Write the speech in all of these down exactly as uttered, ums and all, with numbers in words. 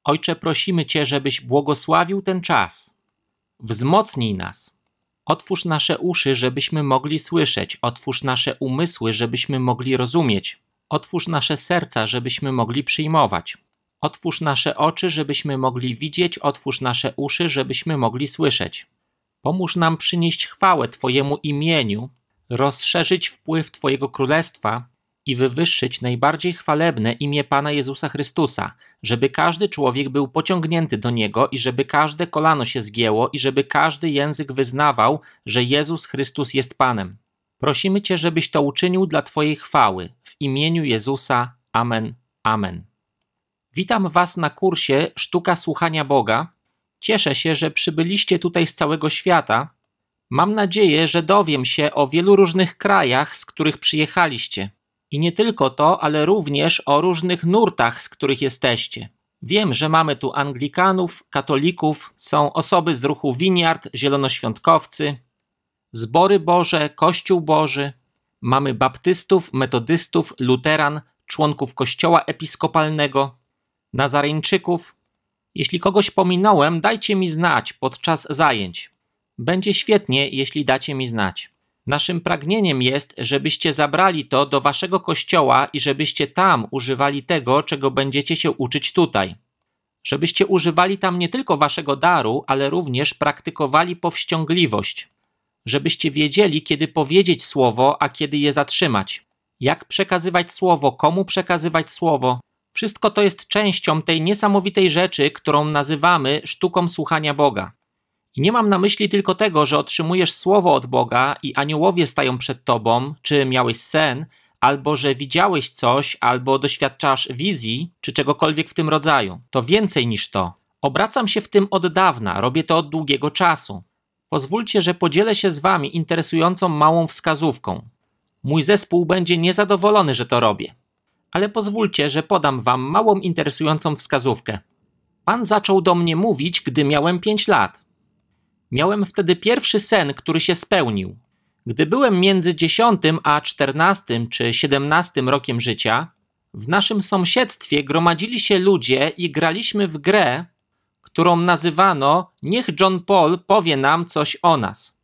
Ojcze, prosimy Cię, żebyś błogosławił ten czas. Wzmocnij nas. Otwórz nasze uszy, żebyśmy mogli słyszeć. Otwórz nasze umysły, żebyśmy mogli rozumieć. Otwórz nasze serca, żebyśmy mogli przyjmować. Otwórz nasze oczy, żebyśmy mogli widzieć. Otwórz nasze uszy, żebyśmy mogli słyszeć. Pomóż nam przynieść chwałę Twojemu imieniu, rozszerzyć wpływ Twojego Królestwa i wywyższyć najbardziej chwalebne imię Pana Jezusa Chrystusa, żeby każdy człowiek był pociągnięty do Niego i żeby każde kolano się zgięło i żeby każdy język wyznawał, że Jezus Chrystus jest Panem. Prosimy Cię, żebyś to uczynił dla Twojej chwały. W imieniu Jezusa. Amen. Amen. Witam Was na kursie Sztuka Słuchania Boga. Cieszę się, że przybyliście tutaj z całego świata. Mam nadzieję, że dowiem się o wielu różnych krajach, z których przyjechaliście. I nie tylko to, ale również o różnych nurtach, z których jesteście. Wiem, że mamy tu Anglikanów, katolików, są osoby z ruchu Winiard, zielonoświątkowcy, Zbory Boże, Kościół Boży, mamy baptystów, metodystów, luteran, członków Kościoła Episkopalnego, nazareńczyków. Jeśli kogoś pominąłem, dajcie mi znać podczas zajęć. Będzie świetnie, jeśli dacie mi znać. Naszym pragnieniem jest, żebyście zabrali to do waszego kościoła i żebyście tam używali tego, czego będziecie się uczyć tutaj. Żebyście używali tam nie tylko waszego daru, ale również praktykowali powściągliwość. Żebyście wiedzieli, kiedy powiedzieć słowo, a kiedy je zatrzymać. Jak przekazywać słowo, komu przekazywać słowo. Wszystko to jest częścią tej niesamowitej rzeczy, którą nazywamy sztuką słuchania Boga. I nie mam na myśli tylko tego, że otrzymujesz słowo od Boga i aniołowie stają przed tobą, czy miałeś sen, albo że widziałeś coś, albo doświadczasz wizji, czy czegokolwiek w tym rodzaju. To więcej niż to. Obracam się w tym od dawna, robię to od długiego czasu. Pozwólcie, że podzielę się z wami interesującą małą wskazówką. Mój zespół będzie niezadowolony, że to robię. Ale pozwólcie, że podam wam małą interesującą wskazówkę. Pan zaczął do mnie mówić, gdy miałem pięć lat. Miałem wtedy pierwszy sen, który się spełnił. Gdy byłem między dziesiątym a czternastym czy siedemnastym rokiem życia, w naszym sąsiedztwie gromadzili się ludzie i graliśmy w grę, którą nazywano Niech John Paul powie nam coś o nas.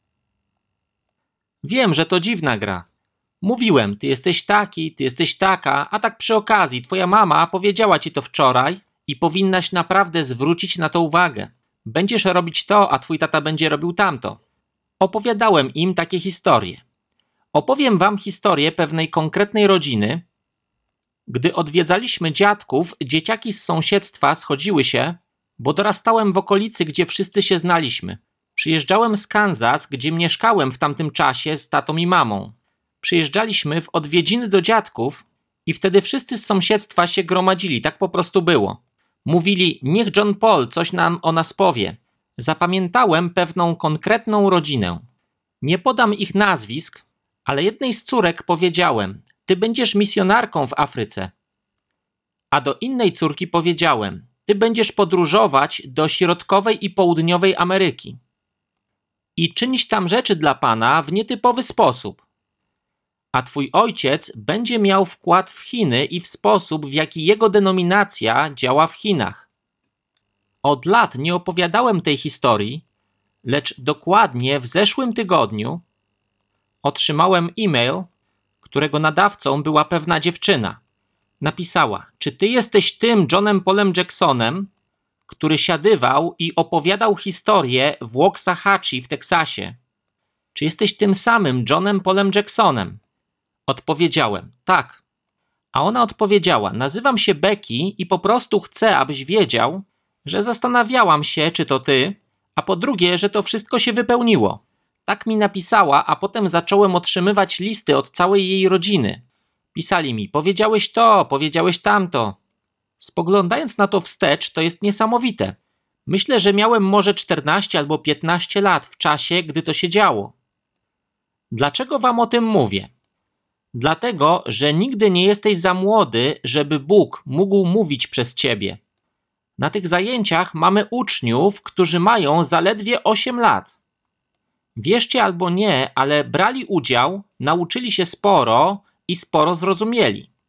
Wiem, że to dziwna gra. Mówiłem, ty jesteś taki, ty jesteś taka, a tak przy okazji twoja mama powiedziała ci to wczoraj i powinnaś naprawdę zwrócić na to uwagę. Będziesz robić to, a twój tata będzie robił tamto. Opowiadałem im takie historie. Opowiem wam historię pewnej konkretnej rodziny. Gdy odwiedzaliśmy dziadków, dzieciaki z sąsiedztwa schodziły się, bo dorastałem w okolicy, gdzie wszyscy się znaliśmy. Przyjeżdżałem z Kansas, gdzie mieszkałem w tamtym czasie z tatą i mamą. Przyjeżdżaliśmy w odwiedziny do dziadków i wtedy wszyscy z sąsiedztwa się gromadzili, tak po prostu było. Mówili, niech John Paul coś nam o nas powie. Zapamiętałem pewną konkretną rodzinę. Nie podam ich nazwisk, ale jednej z córek powiedziałem, ty będziesz misjonarką w Afryce. A do innej córki powiedziałem, ty będziesz podróżować do środkowej i południowej Ameryki i czynić tam rzeczy dla Pana w nietypowy sposób. A twój ojciec będzie miał wkład w Chiny i w sposób, w jaki jego denominacja działa w Chinach. Od lat nie opowiadałem tej historii, lecz dokładnie w zeszłym tygodniu otrzymałem e-mail, którego nadawcą była pewna dziewczyna. Napisała, czy ty jesteś tym Johnem Paulem Jacksonem, który siadywał i opowiadał historię w Waxahachie w Teksasie? Czy jesteś tym samym Johnem Paulem Jacksonem? Odpowiedziałem, tak. A ona odpowiedziała, nazywam się Becky i po prostu chcę, abyś wiedział, że zastanawiałam się, czy to ty, a po drugie, że to wszystko się wypełniło. Tak mi napisała, a potem zacząłem otrzymywać listy od całej jej rodziny. Pisali mi, powiedziałeś to, powiedziałeś tamto. Spoglądając na to wstecz, to jest niesamowite. Myślę, że miałem może czternaście albo piętnaście lat w czasie, gdy to się działo. Dlaczego wam o tym mówię? Dlatego, że nigdy nie jesteś za młody, żeby Bóg mógł mówić przez ciebie. Na tych zajęciach mamy uczniów, którzy mają zaledwie osiem lat. Wierzcie albo nie, ale brali udział, nauczyli się sporo i sporo zrozumieli. W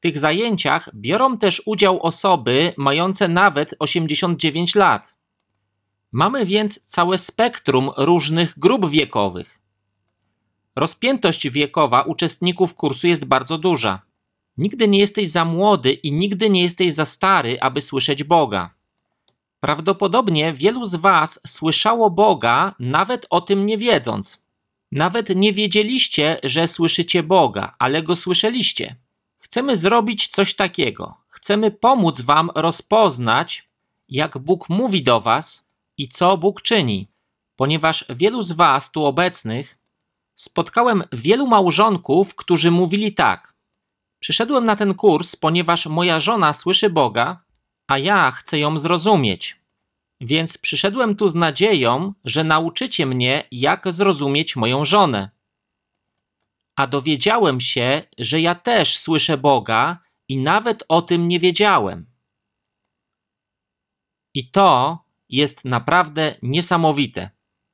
tych zajęciach biorą też udział osoby mające nawet osiemdziesiąt dziewięć lat. Mamy więc całe spektrum różnych grup wiekowych. Rozpiętość wiekowa uczestników kursu jest bardzo duża. Nigdy nie jesteś za młody i nigdy nie jesteś za stary, aby słyszeć Boga. Prawdopodobnie wielu z was słyszało Boga, nawet o tym nie wiedząc. Nawet nie wiedzieliście, że słyszycie Boga, ale Go słyszeliście. Chcemy zrobić coś takiego. Chcemy pomóc wam rozpoznać, jak Bóg mówi do was i co Bóg czyni. Ponieważ wielu z was tu obecnych spotkałem wielu małżonków, którzy mówili tak: przyszedłem na ten kurs, ponieważ moja żona słyszy Boga, a ja chcę ją zrozumieć. Więc przyszedłem tu z nadzieją, że nauczycie mnie, jak zrozumieć moją żonę. A dowiedziałem się, że ja też słyszę Boga i nawet o tym nie wiedziałem. I to jest naprawdę niesamowite.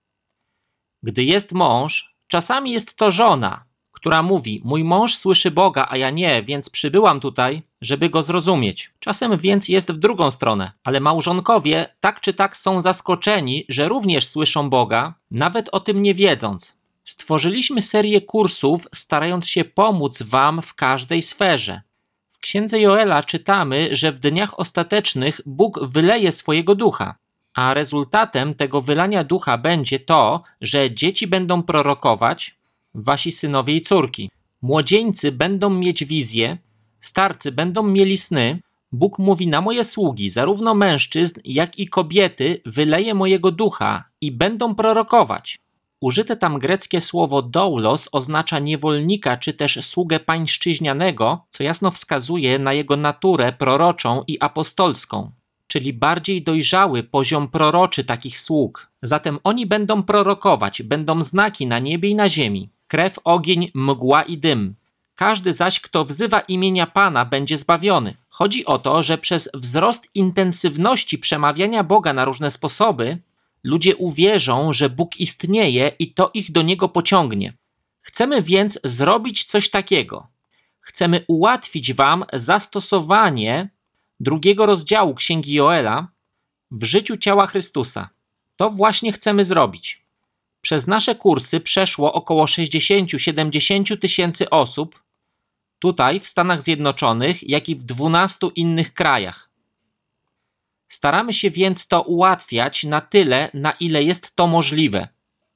Gdy jest mąż, czasami jest to żona, która mówi: mój mąż słyszy Boga, a ja nie, więc przybyłam tutaj, żeby go zrozumieć. Czasem więc jest w drugą stronę, ale małżonkowie tak czy tak są zaskoczeni, że również słyszą Boga, nawet o tym nie wiedząc. Stworzyliśmy serię kursów, starając się pomóc wam w każdej sferze. W Księdze Joela czytamy, że w dniach ostatecznych Bóg wyleje swojego ducha, a rezultatem tego wylania ducha będzie to, że dzieci będą prorokować, wasi synowie i córki. Młodzieńcy będą mieć wizje, starcy będą mieli sny. Bóg mówi: na moje sługi, zarówno mężczyzn, jak i kobiety, wyleje mojego ducha i będą prorokować. Użyte tam greckie słowo doulos oznacza niewolnika czy też sługę pańszczyźnianego, co jasno wskazuje na jego naturę proroczą i apostolską, czyli bardziej dojrzały poziom proroczy takich sług. Zatem oni będą prorokować, będą znaki na niebie i na ziemi: krew, ogień, mgła i dym. Każdy zaś, kto wzywa imienia Pana, będzie zbawiony. Chodzi o to, że przez wzrost intensywności przemawiania Boga na różne sposoby ludzie uwierzą, że Bóg istnieje i to ich do Niego pociągnie. Chcemy więc zrobić coś takiego. Chcemy ułatwić wam zastosowanie drugiego rozdziału Księgi Joela w życiu ciała Chrystusa. To właśnie chcemy zrobić. Przez nasze kursy przeszło około sześćdziesiąt do siedemdziesięciu tysięcy osób tutaj w Stanach Zjednoczonych, jak i w dwunastu innych krajach. Staramy się więc to ułatwiać na tyle, na ile jest to możliwe.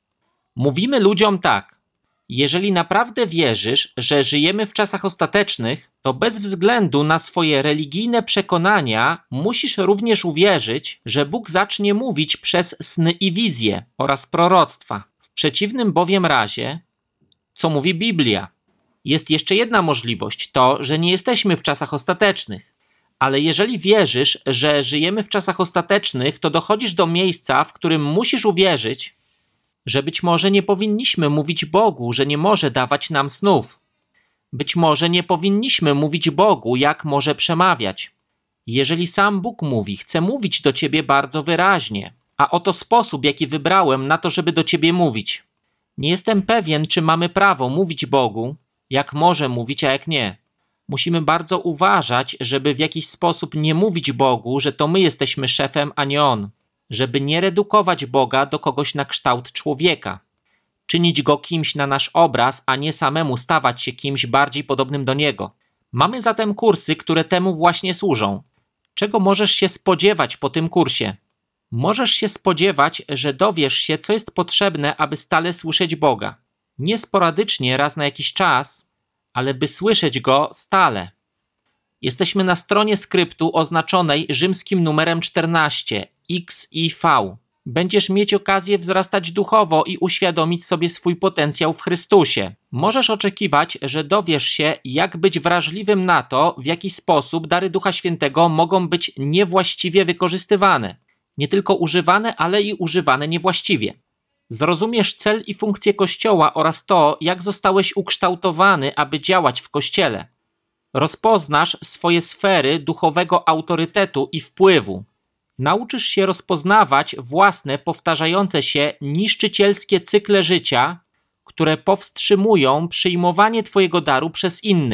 Mówimy ludziom tak: jeżeli naprawdę wierzysz, że żyjemy w czasach ostatecznych, to bez względu na swoje religijne przekonania musisz również uwierzyć, że Bóg zacznie mówić przez sny i wizje oraz proroctwa. W przeciwnym bowiem razie, co mówi Biblia? Jest jeszcze jedna możliwość, to, że nie jesteśmy w czasach ostatecznych. Ale jeżeli wierzysz, że żyjemy w czasach ostatecznych, to dochodzisz do miejsca, w którym musisz uwierzyć, że być może nie powinniśmy mówić Bogu, że nie może dawać nam snów. Być może nie powinniśmy mówić Bogu, jak może przemawiać. Jeżeli sam Bóg mówi, chce mówić do ciebie bardzo wyraźnie, a oto sposób, jaki wybrałem na to, żeby do ciebie mówić. Nie jestem pewien, czy mamy prawo mówić Bogu, jak może mówić, a jak nie. Musimy bardzo uważać, żeby w jakiś sposób nie mówić Bogu, że to my jesteśmy szefem, a nie On. Żeby nie redukować Boga do kogoś na kształt człowieka. Czynić Go kimś na nasz obraz, a nie samemu stawać się kimś bardziej podobnym do Niego. Mamy zatem kursy, które temu właśnie służą. Czego możesz się spodziewać po tym kursie? Możesz się spodziewać, że dowiesz się, co jest potrzebne, aby stale słyszeć Boga. Nie sporadycznie, raz na jakiś czas, ale by słyszeć Go stale. Jesteśmy na stronie skryptu oznaczonej rzymskim numerem czternaście, X I V. Będziesz mieć okazję wzrastać duchowo i uświadomić sobie swój potencjał w Chrystusie. Możesz oczekiwać, że dowiesz się, jak być wrażliwym na to, w jaki sposób dary Ducha Świętego mogą być niewłaściwie wykorzystywane. Nie tylko używane, ale i używane niewłaściwie. Zrozumiesz cel i funkcję Kościoła oraz to, jak zostałeś ukształtowany, aby działać w Kościele. Rozpoznasz swoje sfery duchowego autorytetu i wpływu. Nauczysz się rozpoznawać własne, powtarzające się, niszczycielskie cykle życia, które powstrzymują przyjmowanie Twojego daru przez innych.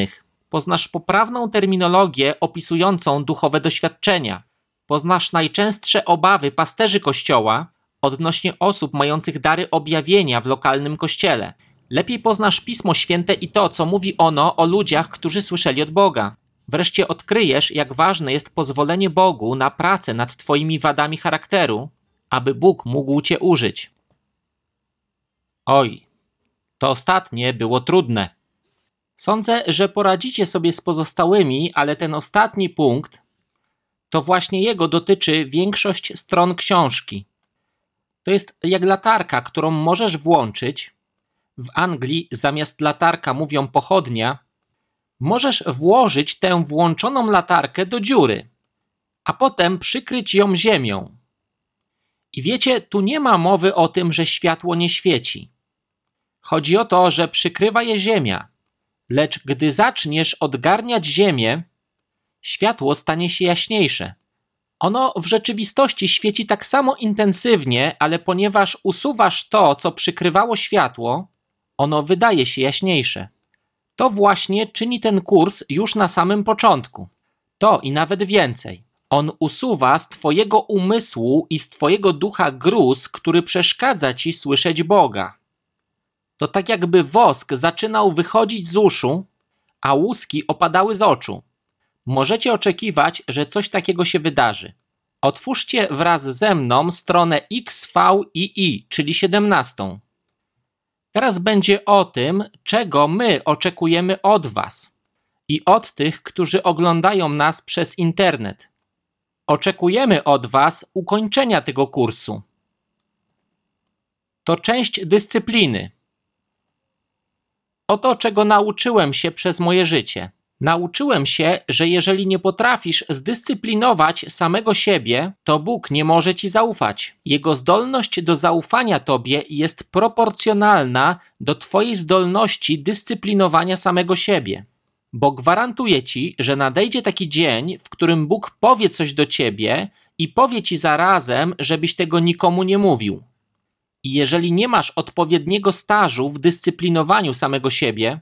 Poznasz poprawną terminologię opisującą duchowe doświadczenia. Poznasz najczęstsze obawy pasterzy Kościoła odnośnie osób mających dary objawienia w lokalnym kościele. Lepiej poznasz Pismo Święte i to, co mówi ono o ludziach, którzy słyszeli od Boga. Wreszcie odkryjesz, jak ważne jest pozwolenie Bogu na pracę nad twoimi wadami charakteru, aby Bóg mógł cię użyć. Oj, to ostatnie było trudne. Sądzę, że poradzicie sobie z pozostałymi, ale ten ostatni punkt, to właśnie jego dotyczy większość stron książki. To jest jak latarka, którą możesz włączyć. W Anglii zamiast latarka mówią pochodnia. Możesz włożyć tę włączoną latarkę do dziury, a potem przykryć ją ziemią. I wiecie, tu nie ma mowy o tym, że światło nie świeci. Chodzi o to, że przykrywa je ziemia, lecz gdy zaczniesz odgarniać ziemię, światło stanie się jaśniejsze. Ono w rzeczywistości świeci tak samo intensywnie, ale ponieważ usuwasz to, co przykrywało światło, ono wydaje się jaśniejsze. To właśnie czyni ten kurs już na samym początku. To i nawet więcej. On usuwa z twojego umysłu i z twojego ducha gruz, który przeszkadza ci słyszeć Boga. To tak jakby wosk zaczynał wychodzić z uszu, a łuski opadały z oczu. Możecie oczekiwać, że coś takiego się wydarzy. Otwórzcie wraz ze mną stronę X V I I, czyli siedemnastą. Teraz będzie o tym, czego my oczekujemy od was i od tych, którzy oglądają nas przez internet. Oczekujemy od was ukończenia tego kursu. To część dyscypliny. Oto, czego nauczyłem się przez moje życie. Nauczyłem się, że jeżeli nie potrafisz zdyscyplinować samego siebie, to Bóg nie może ci zaufać. Jego zdolność do zaufania tobie jest proporcjonalna do twojej zdolności dyscyplinowania samego siebie. Bo gwarantuję ci, że nadejdzie taki dzień, w którym Bóg powie coś do ciebie i powie ci zarazem, żebyś tego nikomu nie mówił. I jeżeli nie masz odpowiedniego stażu w dyscyplinowaniu samego siebie,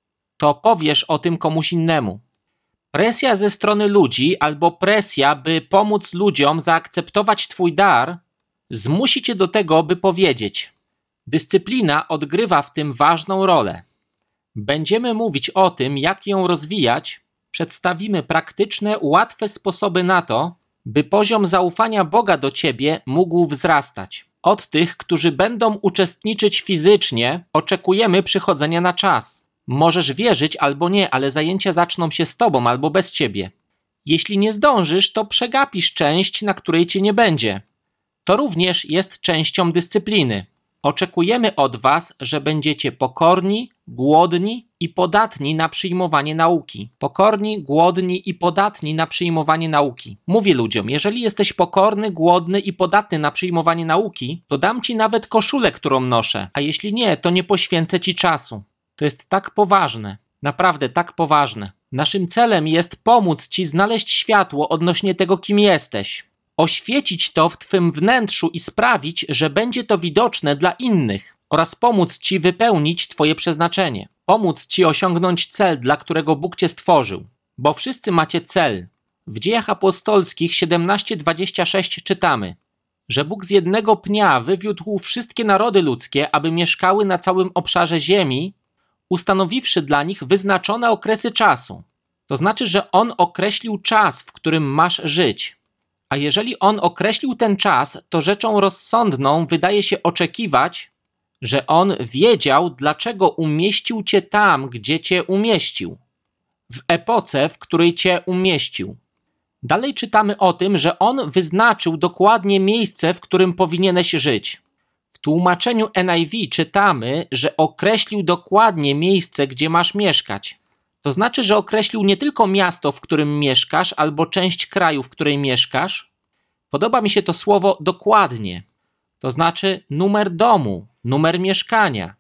to powiesz o tym komuś innemu. Presja ze strony ludzi albo presja, by pomóc ludziom zaakceptować twój dar, zmusi cię do tego, by powiedzieć. Dyscyplina odgrywa w tym ważną rolę. Będziemy mówić o tym, jak ją rozwijać, przedstawimy praktyczne, łatwe sposoby na to, by poziom zaufania Boga do ciebie mógł wzrastać. Od tych, którzy będą uczestniczyć fizycznie, oczekujemy przychodzenia na czas. Możesz wierzyć albo nie, ale zajęcia zaczną się z tobą albo bez ciebie. Jeśli nie zdążysz, to przegapisz część, na której cię nie będzie. To również jest częścią dyscypliny. Oczekujemy od was, że będziecie pokorni, głodni i podatni na przyjmowanie nauki. Pokorni, głodni i podatni na przyjmowanie nauki. Mówię ludziom, jeżeli jesteś pokorny, głodny i podatny na przyjmowanie nauki, to dam ci nawet koszulę, którą noszę, a jeśli nie, to nie poświęcę ci czasu. To jest tak poważne, naprawdę tak poważne. Naszym celem jest pomóc ci znaleźć światło odnośnie tego, kim jesteś. Oświecić to w twym wnętrzu i sprawić, że będzie to widoczne dla innych oraz pomóc ci wypełnić twoje przeznaczenie. Pomóc ci osiągnąć cel, dla którego Bóg cię stworzył. Bo wszyscy macie cel. W Dziejach Apostolskich siedemnaście dwadzieścia sześć czytamy, że Bóg z jednego pnia wywiódł wszystkie narody ludzkie, aby mieszkały na całym obszarze ziemi, ustanowiwszy dla nich wyznaczone okresy czasu. To znaczy, że On określił czas, w którym masz żyć. A jeżeli On określił ten czas, to rzeczą rozsądną wydaje się oczekiwać, że On wiedział, dlaczego umieścił cię tam, gdzie cię umieścił. W epoce, w której cię umieścił. Dalej czytamy o tym, że On wyznaczył dokładnie miejsce, w którym powinieneś żyć. W tłumaczeniu N I V czytamy, że określił dokładnie miejsce, gdzie masz mieszkać. To znaczy, że określił nie tylko miasto, w którym mieszkasz, albo część kraju, w której mieszkasz. Podoba mi się to słowo dokładnie. To znaczy numer domu, numer mieszkania.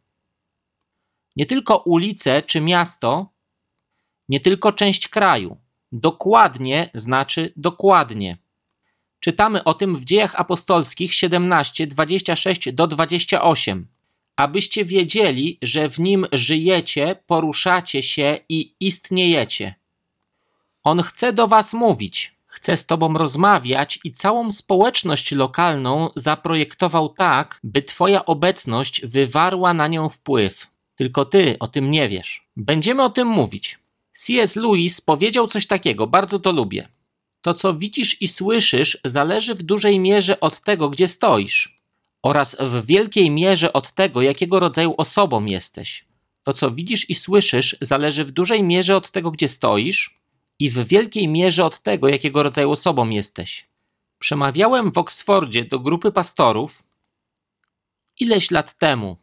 Nie tylko ulicę czy miasto, nie tylko część kraju. Dokładnie znaczy dokładnie. Czytamy o tym w Dziejach Apostolskich siedemnaście dwadzieścia sześć do dwudziestu ośmiu. abyście wiedzieli, że w nim żyjecie, poruszacie się i istniejecie. On chce do was mówić, chce z tobą rozmawiać i całą społeczność lokalną zaprojektował tak, by twoja obecność wywarła na nią wpływ. Tylko ty o tym nie wiesz. Będziemy o tym mówić. C S Lewis powiedział coś takiego, bardzo to lubię. To, co widzisz i słyszysz, zależy w dużej mierze od tego, gdzie stoisz, oraz w wielkiej mierze od tego, jakiego rodzaju osobą jesteś. To, co widzisz i słyszysz, zależy w dużej mierze od tego, gdzie stoisz, i w wielkiej mierze od tego, jakiego rodzaju osobą jesteś. Przemawiałem w Oksfordzie do grupy pastorów ileś lat temu.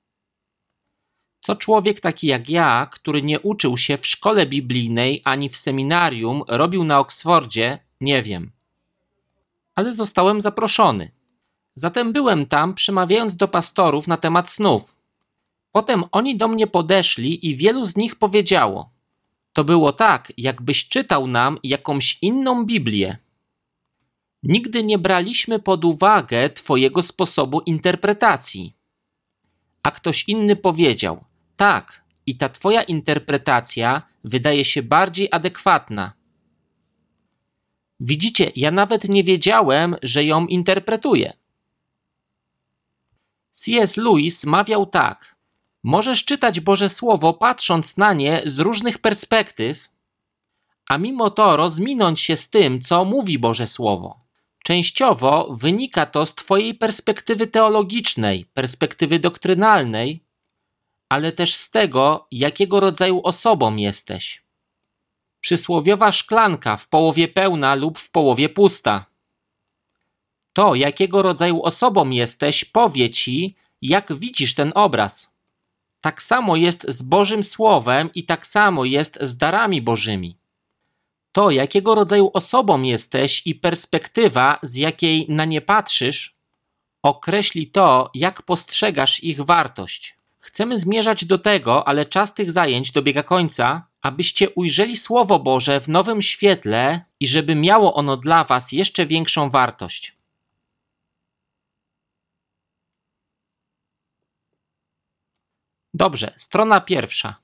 Co człowiek taki jak ja, który nie uczył się w szkole biblijnej ani w seminarium, robił na Oksfordzie, nie wiem. Ale zostałem zaproszony. Zatem byłem tam, przemawiając do pastorów na temat snów. Potem oni do mnie podeszli i wielu z nich powiedziało: to było tak, jakbyś czytał nam jakąś inną Biblię. Nigdy nie braliśmy pod uwagę twojego sposobu interpretacji. A ktoś inny powiedział: tak, i ta twoja interpretacja wydaje się bardziej adekwatna. Widzicie, ja nawet nie wiedziałem, że ją interpretuję. C S Lewis mawiał tak: możesz czytać Boże Słowo, patrząc na nie z różnych perspektyw, a mimo to rozminąć się z tym, co mówi Boże Słowo. Częściowo wynika to z twojej perspektywy teologicznej, perspektywy doktrynalnej, ale też z tego, jakiego rodzaju osobą jesteś. Przysłowiowa szklanka w połowie pełna lub w połowie pusta. To, jakiego rodzaju osobą jesteś, powie ci, jak widzisz ten obraz. Tak samo jest z Bożym Słowem i tak samo jest z darami Bożymi. To, jakiego rodzaju osobą jesteś i perspektywa, z jakiej na nie patrzysz, określi to, jak postrzegasz ich wartość. Chcemy zmierzać do tego, ale czas tych zajęć dobiega końca, abyście ujrzeli Słowo Boże w nowym świetle i żeby miało ono dla was jeszcze większą wartość. Dobrze, strona pierwsza.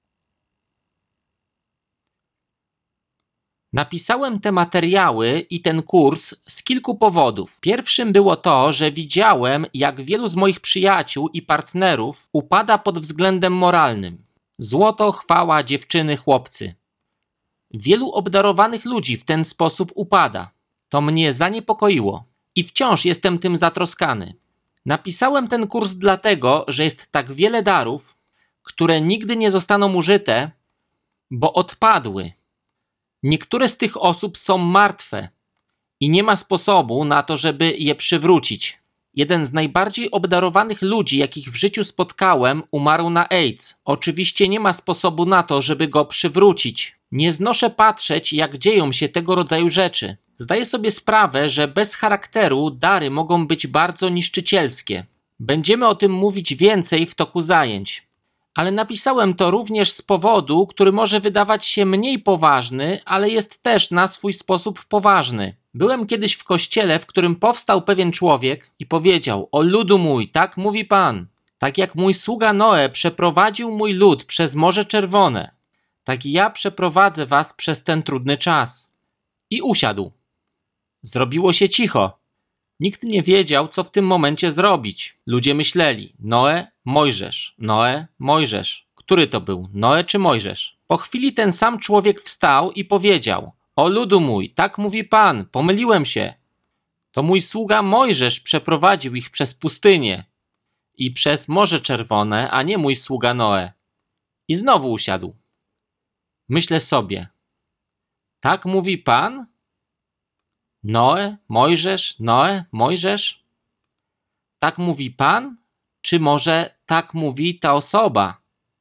Napisałem te materiały i ten kurs z kilku powodów. Pierwszym było to, że widziałem, jak wielu z moich przyjaciół i partnerów upada pod względem moralnym. Złoto, chwała, dziewczyny, chłopcy. Wielu obdarowanych ludzi w ten sposób upada. To mnie zaniepokoiło i wciąż jestem tym zatroskany. Napisałem ten kurs dlatego, że jest tak wiele darów, które nigdy nie zostaną użyte, bo odpadły. Niektóre z tych osób są martwe i nie ma sposobu na to, żeby je przywrócić. Jeden z najbardziej obdarowanych ludzi, jakich w życiu spotkałem, umarł na AIDS. Oczywiście nie ma sposobu na to, żeby go przywrócić. Nie znoszę patrzeć, jak dzieją się tego rodzaju rzeczy. Zdaję sobie sprawę, że bez charakteru dary mogą być bardzo niszczycielskie. Będziemy o tym mówić więcej w toku zajęć. Ale napisałem to również z powodu, który może wydawać się mniej poważny, ale jest też na swój sposób poważny. Byłem kiedyś w kościele, w którym powstał pewien człowiek i powiedział: o ludu mój, tak mówi Pan, tak jak mój sługa Noe przeprowadził mój lud przez Morze Czerwone, tak ja przeprowadzę was przez ten trudny czas. I usiadł. Zrobiło się cicho. Nikt nie wiedział, co w tym momencie zrobić. Ludzie myśleli: Noe, Mojżesz, Noe, Mojżesz. Który to był, Noe czy Mojżesz? Po chwili ten sam człowiek wstał i powiedział: o ludu mój, tak mówi Pan, pomyliłem się. To mój sługa Mojżesz przeprowadził ich przez pustynię i przez Morze Czerwone, a nie mój sługa Noe. I znowu usiadł. Myślę sobie: tak mówi Pan? Noe, Mojżesz, Noe, Mojżesz? Tak mówi Pan? Czy może tak mówi ta osoba?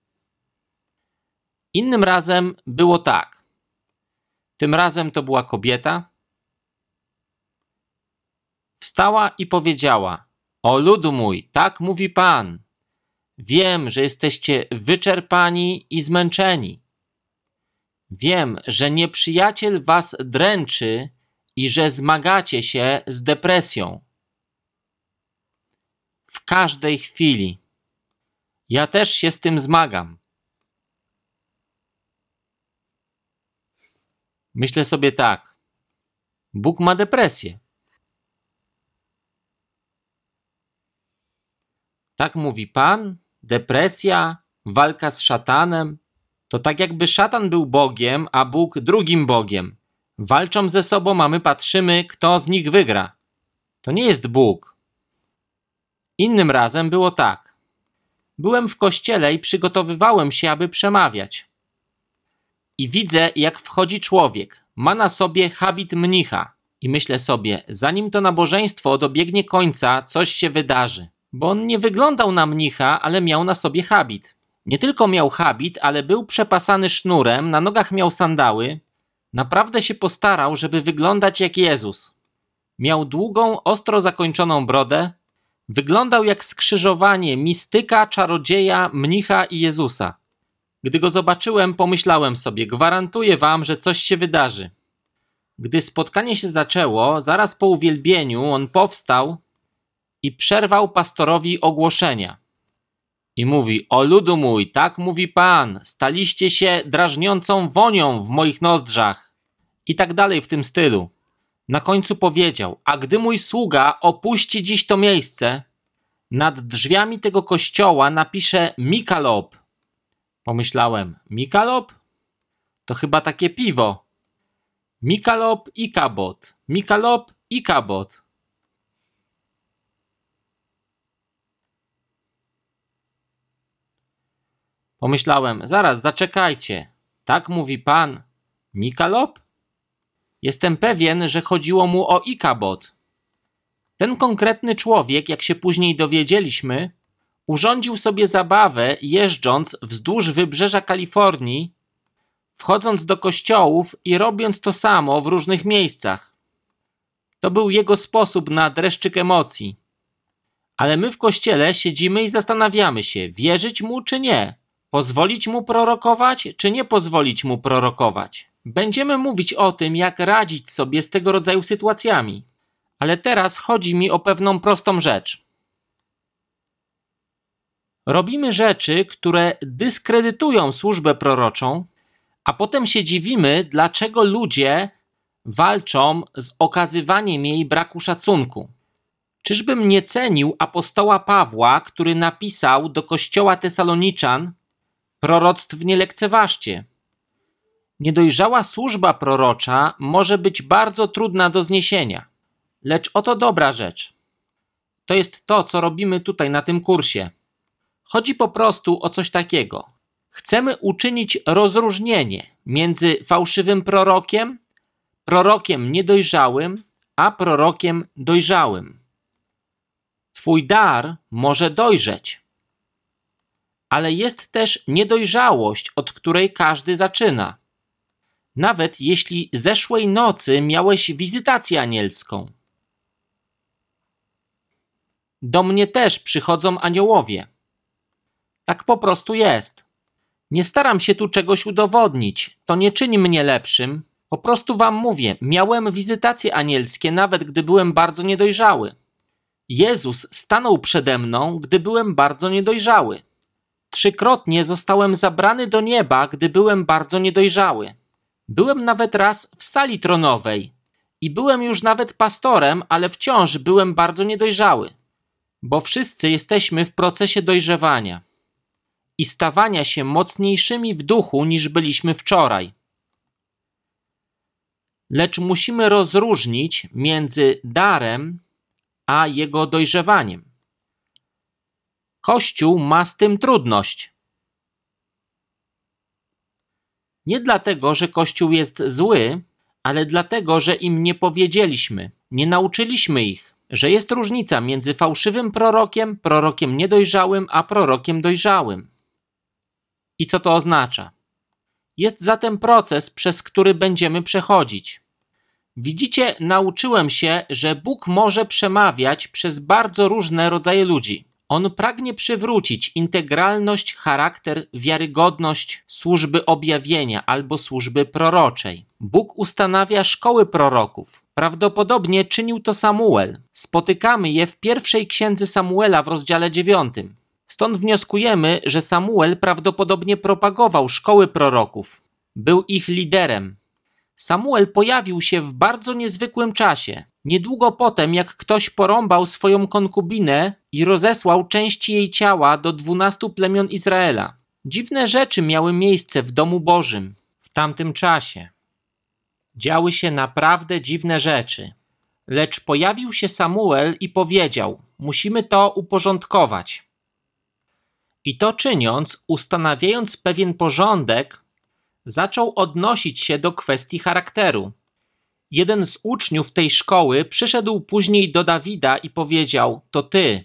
Innym razem było tak. Tym razem to była kobieta. Wstała i powiedziała: o ludu mój, tak mówi Pan. Wiem, że jesteście wyczerpani i zmęczeni. Wiem, że nieprzyjaciel was dręczy i że zmagacie się z depresją. W każdej chwili. Ja też się z tym zmagam. Myślę sobie tak. Bóg ma depresję. Tak mówi Pan, depresja, walka z szatanem. To tak jakby szatan był Bogiem, a Bóg drugim Bogiem. Walczą ze sobą, a my patrzymy, kto z nich wygra. To nie jest Bóg. Innym razem było tak. Byłem w kościele i przygotowywałem się, aby przemawiać. I widzę, jak wchodzi człowiek. Ma na sobie habit mnicha. I myślę sobie, zanim to nabożeństwo dobiegnie końca, coś się wydarzy. Bo on nie wyglądał na mnicha, ale miał na sobie habit. Nie tylko miał habit, ale był przepasany sznurem, na nogach miał sandały. Naprawdę się postarał, żeby wyglądać jak Jezus. Miał długą, ostro zakończoną brodę. Wyglądał jak skrzyżowanie mistyka, czarodzieja, mnicha i Jezusa. Gdy go zobaczyłem, pomyślałem sobie, gwarantuję wam, że coś się wydarzy. Gdy spotkanie się zaczęło, zaraz po uwielbieniu on powstał i przerwał pastorowi ogłoszenia. I mówi: o ludu mój, tak mówi Pan, staliście się drażniącą wonią w moich nozdrzach. I tak dalej w tym stylu. Na końcu powiedział: a gdy mój sługa opuści dziś to miejsce, nad drzwiami tego kościoła napiszę Michelob. Pomyślałem: Michelob? To chyba takie piwo. Michelob i Cabot. Michelob i Cabot. Pomyślałem: zaraz, zaczekajcie. Tak mówi Pan, Michelob? Jestem pewien, że chodziło mu o Ikabod. Ten konkretny człowiek, jak się później dowiedzieliśmy, urządził sobie zabawę, jeżdżąc wzdłuż wybrzeża Kalifornii, wchodząc do kościołów i robiąc to samo w różnych miejscach. To był jego sposób na dreszczyk emocji. Ale my w kościele siedzimy i zastanawiamy się, wierzyć mu czy nie, pozwolić mu prorokować czy nie pozwolić mu prorokować. Będziemy mówić o tym, jak radzić sobie z tego rodzaju sytuacjami. Ale teraz chodzi mi o pewną prostą rzecz. Robimy rzeczy, które dyskredytują służbę proroczą, a potem się dziwimy, dlaczego ludzie walczą z okazywaniem jej braku szacunku. Czyżbym nie cenił apostoła Pawła, który napisał do kościoła Tesaloniczan: proroctw nie lekceważcie. Niedojrzała służba prorocza może być bardzo trudna do zniesienia, lecz oto dobra rzecz. To jest to, co robimy tutaj na tym kursie. Chodzi po prostu o coś takiego. Chcemy uczynić rozróżnienie między fałszywym prorokiem, prorokiem niedojrzałym, a prorokiem dojrzałym. Twój dar może dojrzeć, ale jest też niedojrzałość, od której każdy zaczyna. Nawet jeśli zeszłej nocy miałeś wizytację anielską. Do mnie też przychodzą aniołowie. Tak po prostu jest. Nie staram się tu czegoś udowodnić. To nie czyni mnie lepszym. Po prostu wam mówię, miałem wizytacje anielskie, nawet gdy byłem bardzo niedojrzały. Jezus stanął przede mną, gdy byłem bardzo niedojrzały. Trzykrotnie zostałem zabrany do nieba, gdy byłem bardzo niedojrzały. Byłem nawet raz w sali tronowej i byłem już nawet pastorem, ale wciąż byłem bardzo niedojrzały. Bo wszyscy jesteśmy w procesie dojrzewania i stawania się mocniejszymi w duchu niż byliśmy wczoraj. Lecz musimy rozróżnić między darem a jego dojrzewaniem. Kościół ma z tym trudność. Nie dlatego, że Kościół jest zły, ale dlatego, że im nie powiedzieliśmy, nie nauczyliśmy ich, że jest różnica między fałszywym prorokiem, prorokiem niedojrzałym, a prorokiem dojrzałym. I co to oznacza? Jest zatem proces, przez który będziemy przechodzić. Widzicie, nauczyłem się, że Bóg może przemawiać przez bardzo różne rodzaje ludzi. On pragnie przywrócić integralność, charakter, wiarygodność służby objawienia albo służby proroczej. Bóg ustanawia szkoły proroków. Prawdopodobnie czynił to Samuel. Spotykamy je w pierwszej księdze Samuela w rozdziale dziewiątym. Stąd wnioskujemy, że Samuel prawdopodobnie propagował szkoły proroków. Był ich liderem. Samuel pojawił się w bardzo niezwykłym czasie. Niedługo potem, jak ktoś porąbał swoją konkubinę i rozesłał części jej ciała do dwunastu plemion Izraela. Dziwne rzeczy miały miejsce w domu Bożym w tamtym czasie. Działy się naprawdę dziwne rzeczy. Lecz pojawił się Samuel i powiedział: musimy to uporządkować. I to czyniąc, ustanawiając pewien porządek, zaczął odnosić się do kwestii charakteru. Jeden z uczniów tej szkoły przyszedł później do Dawida i powiedział: to ty.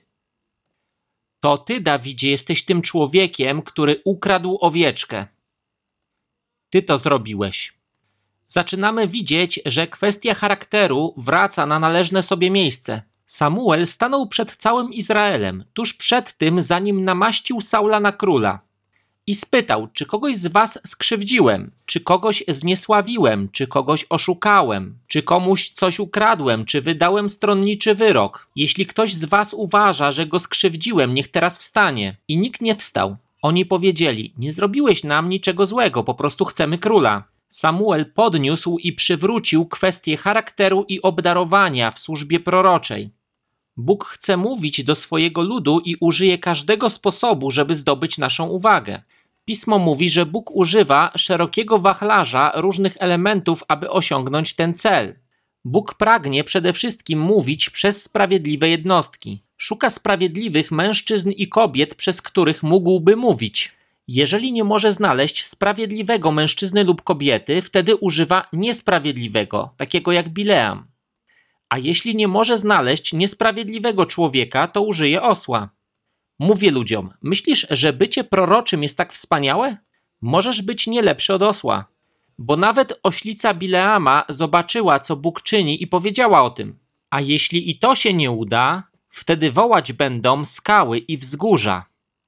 To ty, Dawidzie, jesteś tym człowiekiem, który ukradł owieczkę. Ty to zrobiłeś. Zaczynamy widzieć, że kwestia charakteru wraca na należne sobie miejsce. Samuel stanął przed całym Izraelem, tuż przed tym, zanim namaścił Saula na króla. I spytał, czy kogoś z was skrzywdziłem, czy kogoś zniesławiłem, czy kogoś oszukałem, czy komuś coś ukradłem, czy wydałem stronniczy wyrok. Jeśli ktoś z was uważa, że go skrzywdziłem, niech teraz wstanie. I nikt nie wstał. Oni powiedzieli: nie zrobiłeś nam niczego złego, po prostu chcemy króla. Samuel podniósł i przywrócił kwestię charakteru i obdarowania w służbie proroczej. Bóg chce mówić do swojego ludu i użyje każdego sposobu, żeby zdobyć naszą uwagę. Pismo mówi, że Bóg używa szerokiego wachlarza różnych elementów, aby osiągnąć ten cel. Bóg pragnie przede wszystkim mówić przez sprawiedliwe jednostki. Szuka sprawiedliwych mężczyzn i kobiet, przez których mógłby mówić. Jeżeli nie może znaleźć sprawiedliwego mężczyzny lub kobiety, wtedy używa niesprawiedliwego, takiego jak Bileam. A jeśli nie może znaleźć niesprawiedliwego człowieka, to użyje osła. Mówię ludziom: myślisz, że bycie proroczym jest tak wspaniałe? Możesz być nie lepszy od osła. Bo nawet oślica Bileama zobaczyła, co Bóg czyni i powiedziała o tym. A jeśli i to się nie uda, wtedy wołać będą skały i wzgórza.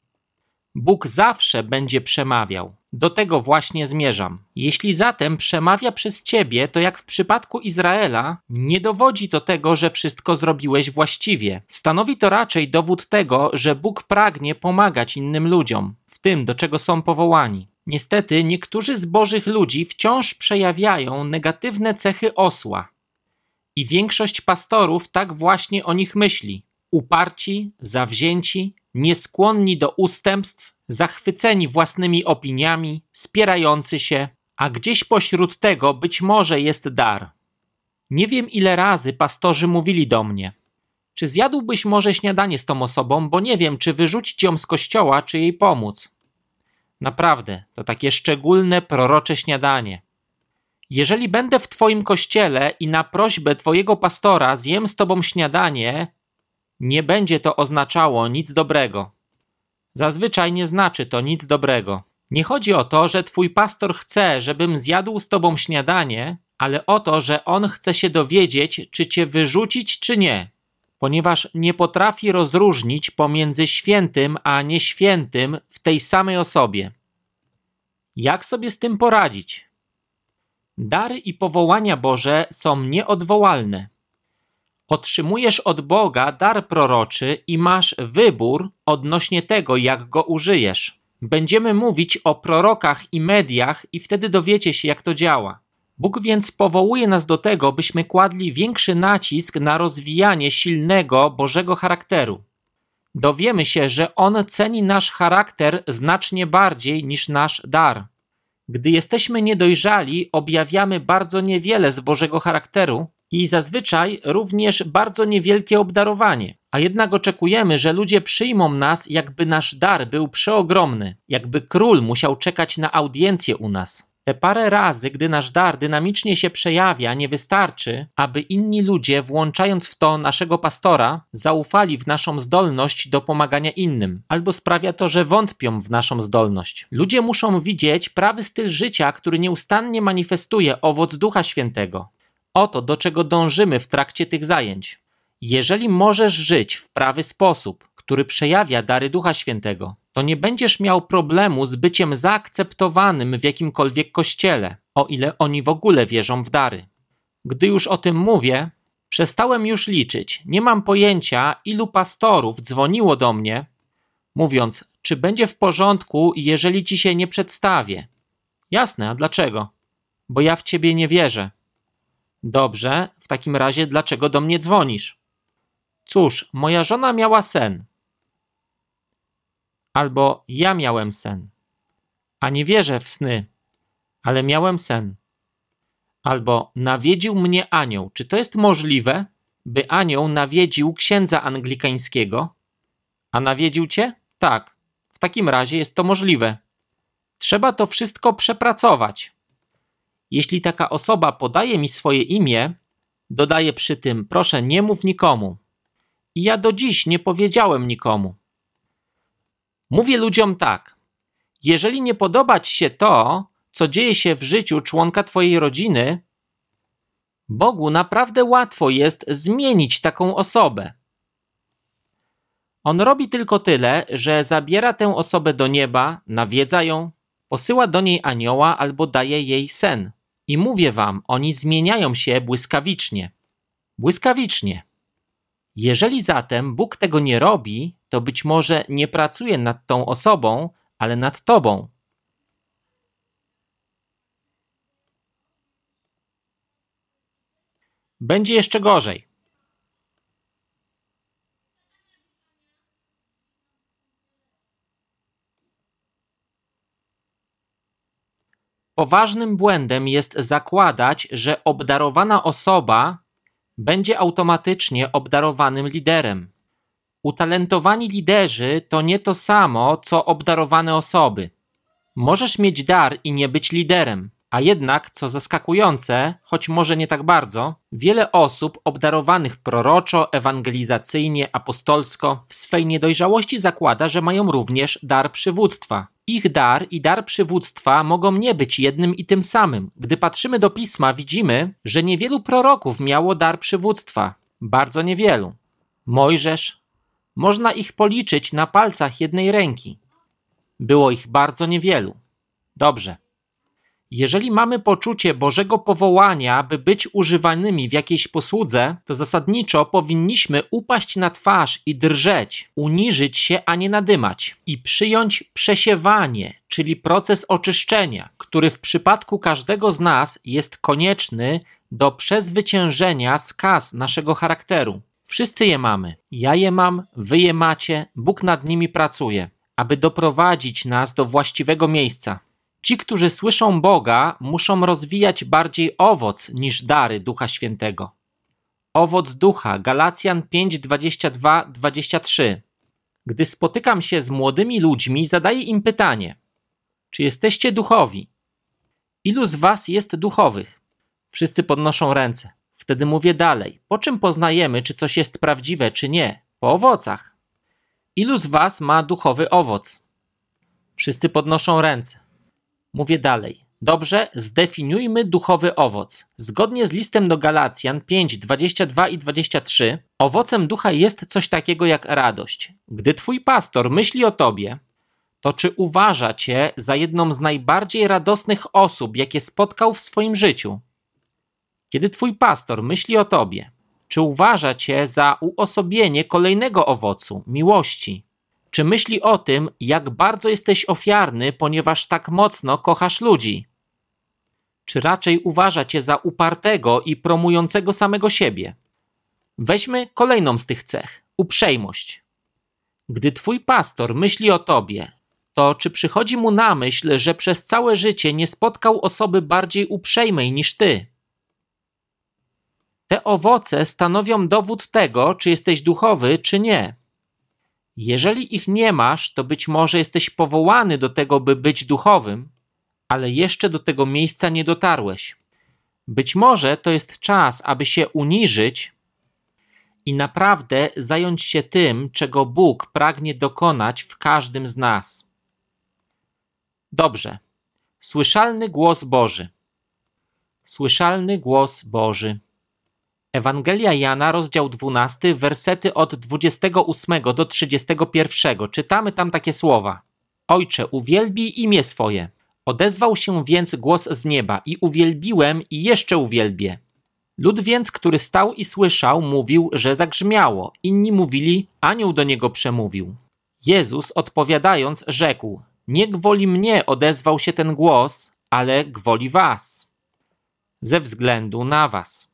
Bóg zawsze będzie przemawiał. Do tego właśnie zmierzam. Jeśli zatem przemawia przez ciebie, to jak w przypadku Izraela, nie dowodzi to tego, że wszystko zrobiłeś właściwie. Stanowi to raczej dowód tego, że Bóg pragnie pomagać innym ludziom, w tym, do czego są powołani. Niestety, niektórzy z Bożych ludzi wciąż przejawiają negatywne cechy osła. I większość pastorów tak właśnie o nich myśli. Uparci, zawzięci, nieskłonni do ustępstw, zachwyceni własnymi opiniami, spierający się, a gdzieś pośród tego być może jest dar. Nie wiem, ile razy pastorzy mówili do mnie: czy zjadłbyś może śniadanie z tą osobą, bo nie wiem, czy wyrzucić ją z kościoła, czy jej pomóc. Naprawdę, to takie szczególne, prorocze śniadanie. Jeżeli będę w twoim kościele i na prośbę twojego pastora zjem z tobą śniadanie, nie będzie to oznaczało nic dobrego. Zazwyczaj nie znaczy to nic dobrego. Nie chodzi o to, że twój pastor chce, żebym zjadł z tobą śniadanie, ale o to, że on chce się dowiedzieć, czy cię wyrzucić, czy nie. Ponieważ nie potrafi rozróżnić pomiędzy świętym a nieświętym w tej samej osobie. Jak sobie z tym poradzić? Dary i powołania Boże są nieodwołalne. Otrzymujesz od Boga dar proroczy i masz wybór odnośnie tego, jak go użyjesz. Będziemy mówić o prorokach i mediach i wtedy dowiecie się, jak to działa. Bóg więc powołuje nas do tego, byśmy kładli większy nacisk na rozwijanie silnego Bożego charakteru. Dowiemy się, że On ceni nasz charakter znacznie bardziej niż nasz dar. Gdy jesteśmy niedojrzali, objawiamy bardzo niewiele z Bożego charakteru i zazwyczaj również bardzo niewielkie obdarowanie, a jednak oczekujemy, że ludzie przyjmą nas, jakby nasz dar był przeogromny, jakby król musiał czekać na audiencję u nas. Te parę razy, gdy nasz dar dynamicznie się przejawia, nie wystarczy, aby inni ludzie, włączając w to naszego pastora, zaufali w naszą zdolność do pomagania innym, albo sprawia to, że wątpią w naszą zdolność. Ludzie muszą widzieć prawy styl życia, który nieustannie manifestuje owoc Ducha Świętego. Oto, do czego dążymy w trakcie tych zajęć. Jeżeli możesz żyć w prawy sposób, który przejawia dary Ducha Świętego, to nie będziesz miał problemu z byciem zaakceptowanym w jakimkolwiek kościele, o ile oni w ogóle wierzą w dary. Gdy już o tym mówię, przestałem już liczyć. Nie mam pojęcia, ilu pastorów dzwoniło do mnie, mówiąc, czy będzie w porządku, jeżeli ci się nie przedstawię? Jasne, a dlaczego? Bo ja w ciebie nie wierzę. Dobrze, w takim razie dlaczego do mnie dzwonisz? Cóż, moja żona miała sen. Albo ja miałem sen. A nie wierzę w sny, ale miałem sen. Albo nawiedził mnie anioł. Czy to jest możliwe, by anioł nawiedził księdza anglikańskiego? A nawiedził cię? Tak. W takim razie jest to możliwe. Trzeba to wszystko przepracować. Jeśli taka osoba podaje mi swoje imię, dodaję przy tym, proszę, nie mów nikomu. I ja do dziś nie powiedziałem nikomu. Mówię ludziom tak. Jeżeli nie podoba ci się to, co dzieje się w życiu członka twojej rodziny, Bogu naprawdę łatwo jest zmienić taką osobę. On robi tylko tyle, że zabiera tę osobę do nieba, nawiedza ją, posyła do niej anioła albo daje jej sen. I mówię wam, oni zmieniają się błyskawicznie. Błyskawicznie. Jeżeli zatem Bóg tego nie robi, to być może nie pracuje nad tą osobą, ale nad tobą. Będzie jeszcze gorzej. Poważnym błędem jest zakładać, że obdarowana osoba będzie automatycznie obdarowanym liderem. Utalentowani liderzy to nie to samo, co obdarowane osoby. Możesz mieć dar i nie być liderem, a jednak, co zaskakujące, choć może nie tak bardzo, wiele osób obdarowanych proroczo, ewangelizacyjnie, apostolsko w swej niedojrzałości zakłada, że mają również dar przywództwa. Ich dar i dar przywództwa mogą nie być jednym i tym samym. Gdy patrzymy do Pisma, widzimy, że niewielu proroków miało dar przywództwa. Bardzo niewielu. Mojżesz, można ich policzyć na palcach jednej ręki. Było ich bardzo niewielu. Dobrze. Jeżeli mamy poczucie Bożego powołania, by być używanymi w jakiejś posłudze, to zasadniczo powinniśmy upaść na twarz i drżeć, uniżyć się, a nie nadymać i przyjąć przesiewanie, czyli proces oczyszczenia, który w przypadku każdego z nas jest konieczny do przezwyciężenia skaz naszego charakteru. Wszyscy je mamy. Ja je mam, wy je macie, Bóg nad nimi pracuje, aby doprowadzić nas do właściwego miejsca. Ci, którzy słyszą Boga, muszą rozwijać bardziej owoc niż dary Ducha Świętego. Owoc Ducha, Galacjan pięć, dwadzieścia dwa do dwudziestu trzech. Gdy spotykam się z młodymi ludźmi, zadaję im pytanie: czy jesteście duchowi? Ilu z was jest duchowych? Wszyscy podnoszą ręce. Wtedy mówię dalej. Po czym poznajemy, czy coś jest prawdziwe, czy nie? Po owocach. Ilu z was ma duchowy owoc? Wszyscy podnoszą ręce. Mówię dalej. Dobrze, zdefiniujmy duchowy owoc. Zgodnie z listem do Galacjan pięć, dwadzieścia dwa i dwadzieścia trzy, owocem ducha jest coś takiego jak radość. Gdy twój pastor myśli o tobie, to czy uważa cię za jedną z najbardziej radosnych osób, jakie spotkał w swoim życiu? Kiedy twój pastor myśli o tobie, czy uważa cię za uosobienie kolejnego owocu, miłości? Czy myśli o tym, jak bardzo jesteś ofiarny, ponieważ tak mocno kochasz ludzi? Czy raczej uważa cię za upartego i promującego samego siebie? Weźmy kolejną z tych cech, uprzejmość. Gdy twój pastor myśli o tobie, to czy przychodzi mu na myśl, że przez całe życie nie spotkał osoby bardziej uprzejmej niż ty? Te owoce stanowią dowód tego, czy jesteś duchowy, czy nie. Jeżeli ich nie masz, to być może jesteś powołany do tego, by być duchowym, ale jeszcze do tego miejsca nie dotarłeś. Być może to jest czas, aby się uniżyć i naprawdę zająć się tym, czego Bóg pragnie dokonać w każdym z nas. Dobrze. Słyszalny głos Boży. Słyszalny głos Boży. Ewangelia Jana, rozdział dwunasty, wersety od dwudziestego ósmego do trzydziestego pierwszego. Czytamy tam takie słowa. Ojcze, uwielbij imię swoje. Odezwał się więc głos z nieba i uwielbiłem i jeszcze uwielbię. Lud więc, który stał i słyszał, mówił, że zagrzmiało. Inni mówili, anioł do niego przemówił. Jezus odpowiadając rzekł: nie gwoli mnie odezwał się ten głos, ale gwoli was, ze względu na was.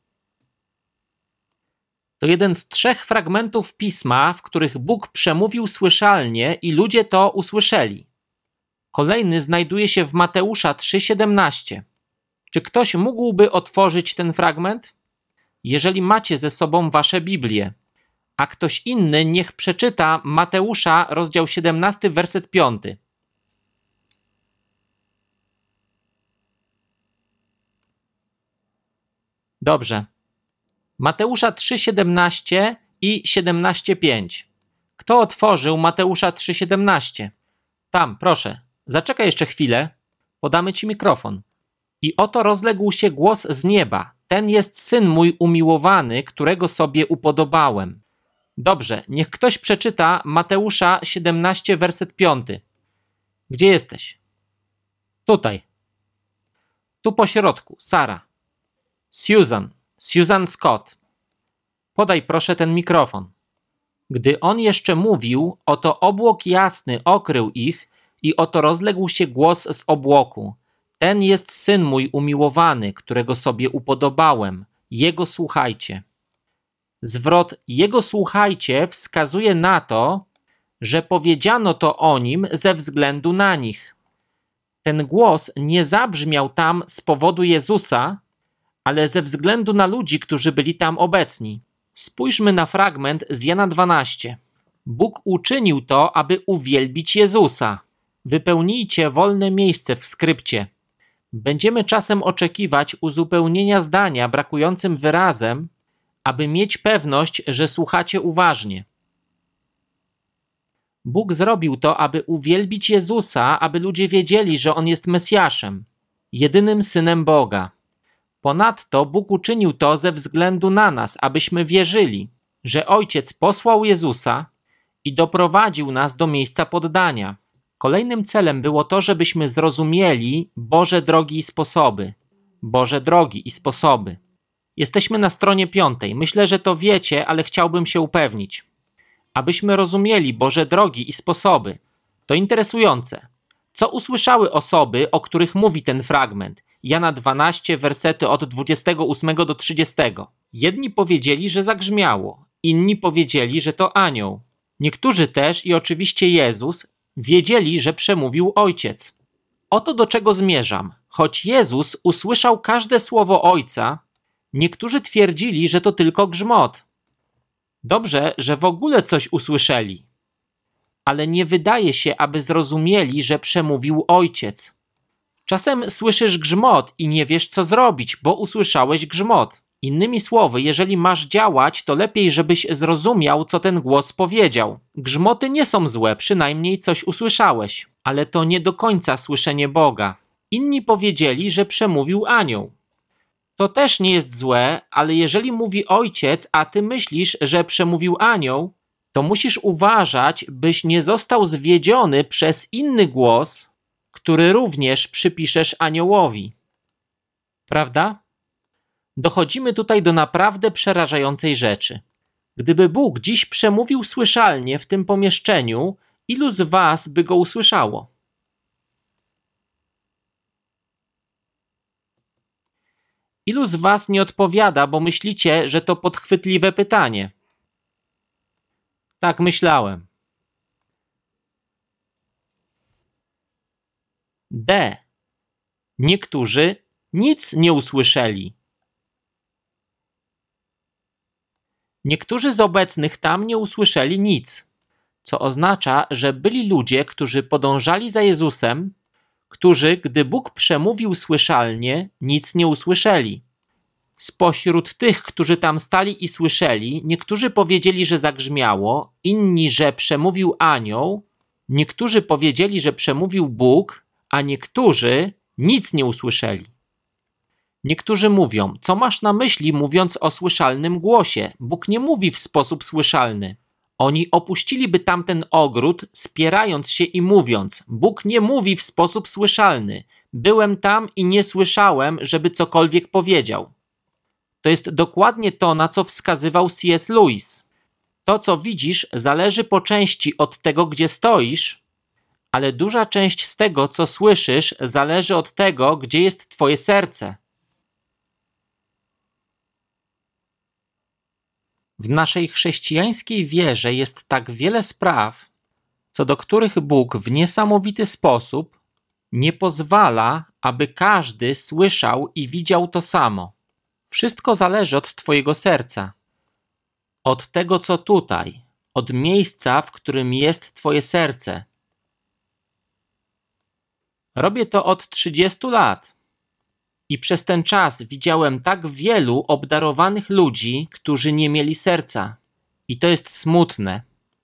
To jeden z trzech fragmentów Pisma, w których Bóg przemówił słyszalnie i ludzie to usłyszeli. Kolejny znajduje się w Mateusza trzy siedemnaście. Czy ktoś mógłby otworzyć ten fragment? Jeżeli macie ze sobą wasze Biblię, a ktoś inny niech przeczyta Mateusza, rozdział siedemnasty, werset piąty. Dobrze. Mateusza trzy siedemnaście i siedemnaście pięć. Kto otworzył Mateusza trzy siedemnaście? Tam, proszę. Zaczekaj jeszcze chwilę. Podamy ci mikrofon. I oto rozległ się głos z nieba. Ten jest Syn mój umiłowany, którego sobie upodobałem. Dobrze, niech ktoś przeczyta Mateusza siedemnaście, werset piąty. Gdzie jesteś? Tutaj. Tu po środku. Sara. Susan. Susan Scott. Podaj proszę ten mikrofon. Gdy on jeszcze mówił, oto obłok jasny okrył ich i oto rozległ się głos z obłoku. Ten jest Syn mój umiłowany, którego sobie upodobałem. Jego słuchajcie. Zwrot Jego słuchajcie wskazuje na to, że powiedziano to o Nim ze względu na nich. Ten głos nie zabrzmiał tam z powodu Jezusa, ale ze względu na ludzi, którzy byli tam obecni. Spójrzmy na fragment z Jana dwanaście. Bóg uczynił to, aby uwielbić Jezusa. Wypełnijcie wolne miejsce w skrypcie. Będziemy czasem oczekiwać uzupełnienia zdania brakującym wyrazem, aby mieć pewność, że słuchacie uważnie. Bóg zrobił to, aby uwielbić Jezusa, aby ludzie wiedzieli, że On jest Mesjaszem, jedynym Synem Boga. Ponadto Bóg uczynił to ze względu na nas, abyśmy wierzyli, że Ojciec posłał Jezusa i doprowadził nas do miejsca poddania. Kolejnym celem było to, żebyśmy zrozumieli Boże drogi i sposoby. Boże drogi i sposoby. Jesteśmy na stronie piątej. Myślę, że to wiecie, ale chciałbym się upewnić. Abyśmy rozumieli Boże drogi i sposoby. To interesujące. Co usłyszały osoby, o których mówi ten fragment? Jana dwanaście, wersety od dwudziestego ósmego do trzydziestego. Jedni powiedzieli, że zagrzmiało. Inni powiedzieli, że to anioł. Niektórzy też, i oczywiście Jezus, wiedzieli, że przemówił Ojciec. Oto do czego zmierzam. Choć Jezus usłyszał każde słowo Ojca, niektórzy twierdzili, że to tylko grzmot. Dobrze, że w ogóle coś usłyszeli. Ale nie wydaje się, aby zrozumieli, że przemówił Ojciec. Czasem słyszysz grzmot i nie wiesz, co zrobić, bo usłyszałeś grzmot. Innymi słowy, jeżeli masz działać, to lepiej, żebyś zrozumiał, co ten głos powiedział. Grzmoty nie są złe, przynajmniej coś usłyszałeś. Ale to nie do końca słyszenie Boga. Inni powiedzieli, że przemówił anioł. To też nie jest złe, ale jeżeli mówi Ojciec, a ty myślisz, że przemówił anioł, to musisz uważać, byś nie został zwiedziony przez inny głos, który również przypiszesz aniołowi. Prawda? Dochodzimy tutaj do naprawdę przerażającej rzeczy. Gdyby Bóg dziś przemówił słyszalnie w tym pomieszczeniu, ilu z was by go usłyszało? Ilu z was nie odpowiada, bo myślicie, że to podchwytliwe pytanie? Tak myślałem. D. Niektórzy nic nie usłyszeli. Niektórzy z obecnych tam nie usłyszeli nic, co oznacza, że byli ludzie, którzy podążali za Jezusem, którzy, gdy Bóg przemówił słyszalnie, nic nie usłyszeli. Spośród tych, którzy tam stali i słyszeli, niektórzy powiedzieli, że zagrzmiało, inni, że przemówił anioł, niektórzy powiedzieli, że przemówił Bóg, a niektórzy nic nie usłyszeli. Niektórzy mówią, co masz na myśli, mówiąc o słyszalnym głosie? Bóg nie mówi w sposób słyszalny. Oni opuściliby tamten ogród, spierając się i mówiąc, Bóg nie mówi w sposób słyszalny. Byłem tam i nie słyszałem, żeby cokolwiek powiedział. To jest dokładnie to, na co wskazywał C S Lewis. To, co widzisz, zależy po części od tego, gdzie stoisz, ale duża część z tego, co słyszysz, zależy od tego, gdzie jest twoje serce. W naszej chrześcijańskiej wierze jest tak wiele spraw, co do których Bóg w niesamowity sposób nie pozwala, aby każdy słyszał i widział to samo. Wszystko zależy od twojego serca, od tego, co tutaj, od miejsca, w którym jest twoje serce. Robię to od trzydziestu lat i przez ten czas widziałem tak wielu obdarowanych ludzi, którzy nie mieli serca. I to jest smutne.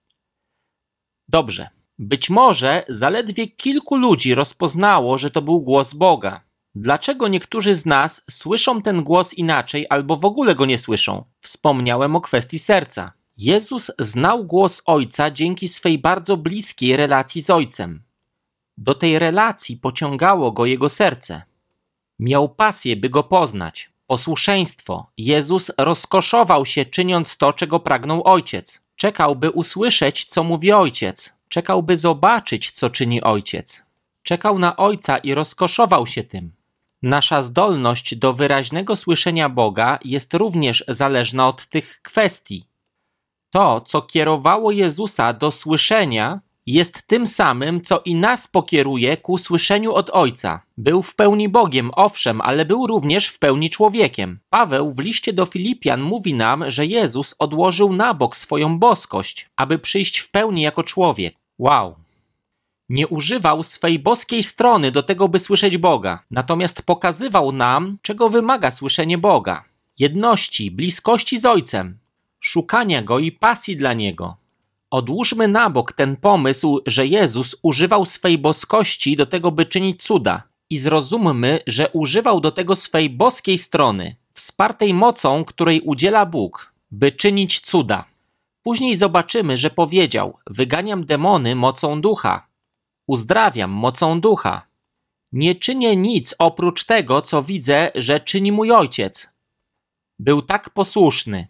Dobrze, być może zaledwie kilku ludzi rozpoznało, że to był głos Boga. Dlaczego niektórzy z nas słyszą ten głos inaczej albo w ogóle go nie słyszą? Wspomniałem o kwestii serca. Jezus znał głos Ojca dzięki swej bardzo bliskiej relacji z Ojcem. Do tej relacji pociągało go jego serce. Miał pasję, by go poznać, posłuszeństwo. Jezus rozkoszował się, czyniąc to, czego pragnął Ojciec. Czekał, by usłyszeć, co mówi Ojciec. Czekał, by zobaczyć, co czyni Ojciec. Czekał na Ojca i rozkoszował się tym. Nasza zdolność do wyraźnego słyszenia Boga jest również zależna od tych kwestii. To, co kierowało Jezusa do słyszenia, jest tym samym, co i nas pokieruje ku słyszeniu od Ojca. Był w pełni Bogiem, owszem, ale był również w pełni człowiekiem. Paweł w liście do Filipian mówi nam, że Jezus odłożył na bok swoją boskość, aby przyjść w pełni jako człowiek. Wow! Nie używał swej boskiej strony do tego, by słyszeć Boga, natomiast pokazywał nam, czego wymaga słyszenie Boga. Jedności, bliskości z Ojcem, szukania Go i pasji dla Niego. Odłóżmy na bok ten pomysł, że Jezus używał swej boskości do tego, by czynić cuda i zrozummy, że używał do tego swej boskiej strony, wspartej mocą, której udziela Bóg, by czynić cuda. Później zobaczymy, że powiedział: wyganiam demony mocą ducha, uzdrawiam mocą ducha. Nie czynię nic oprócz tego, co widzę, że czyni mój Ojciec. Był tak posłuszny.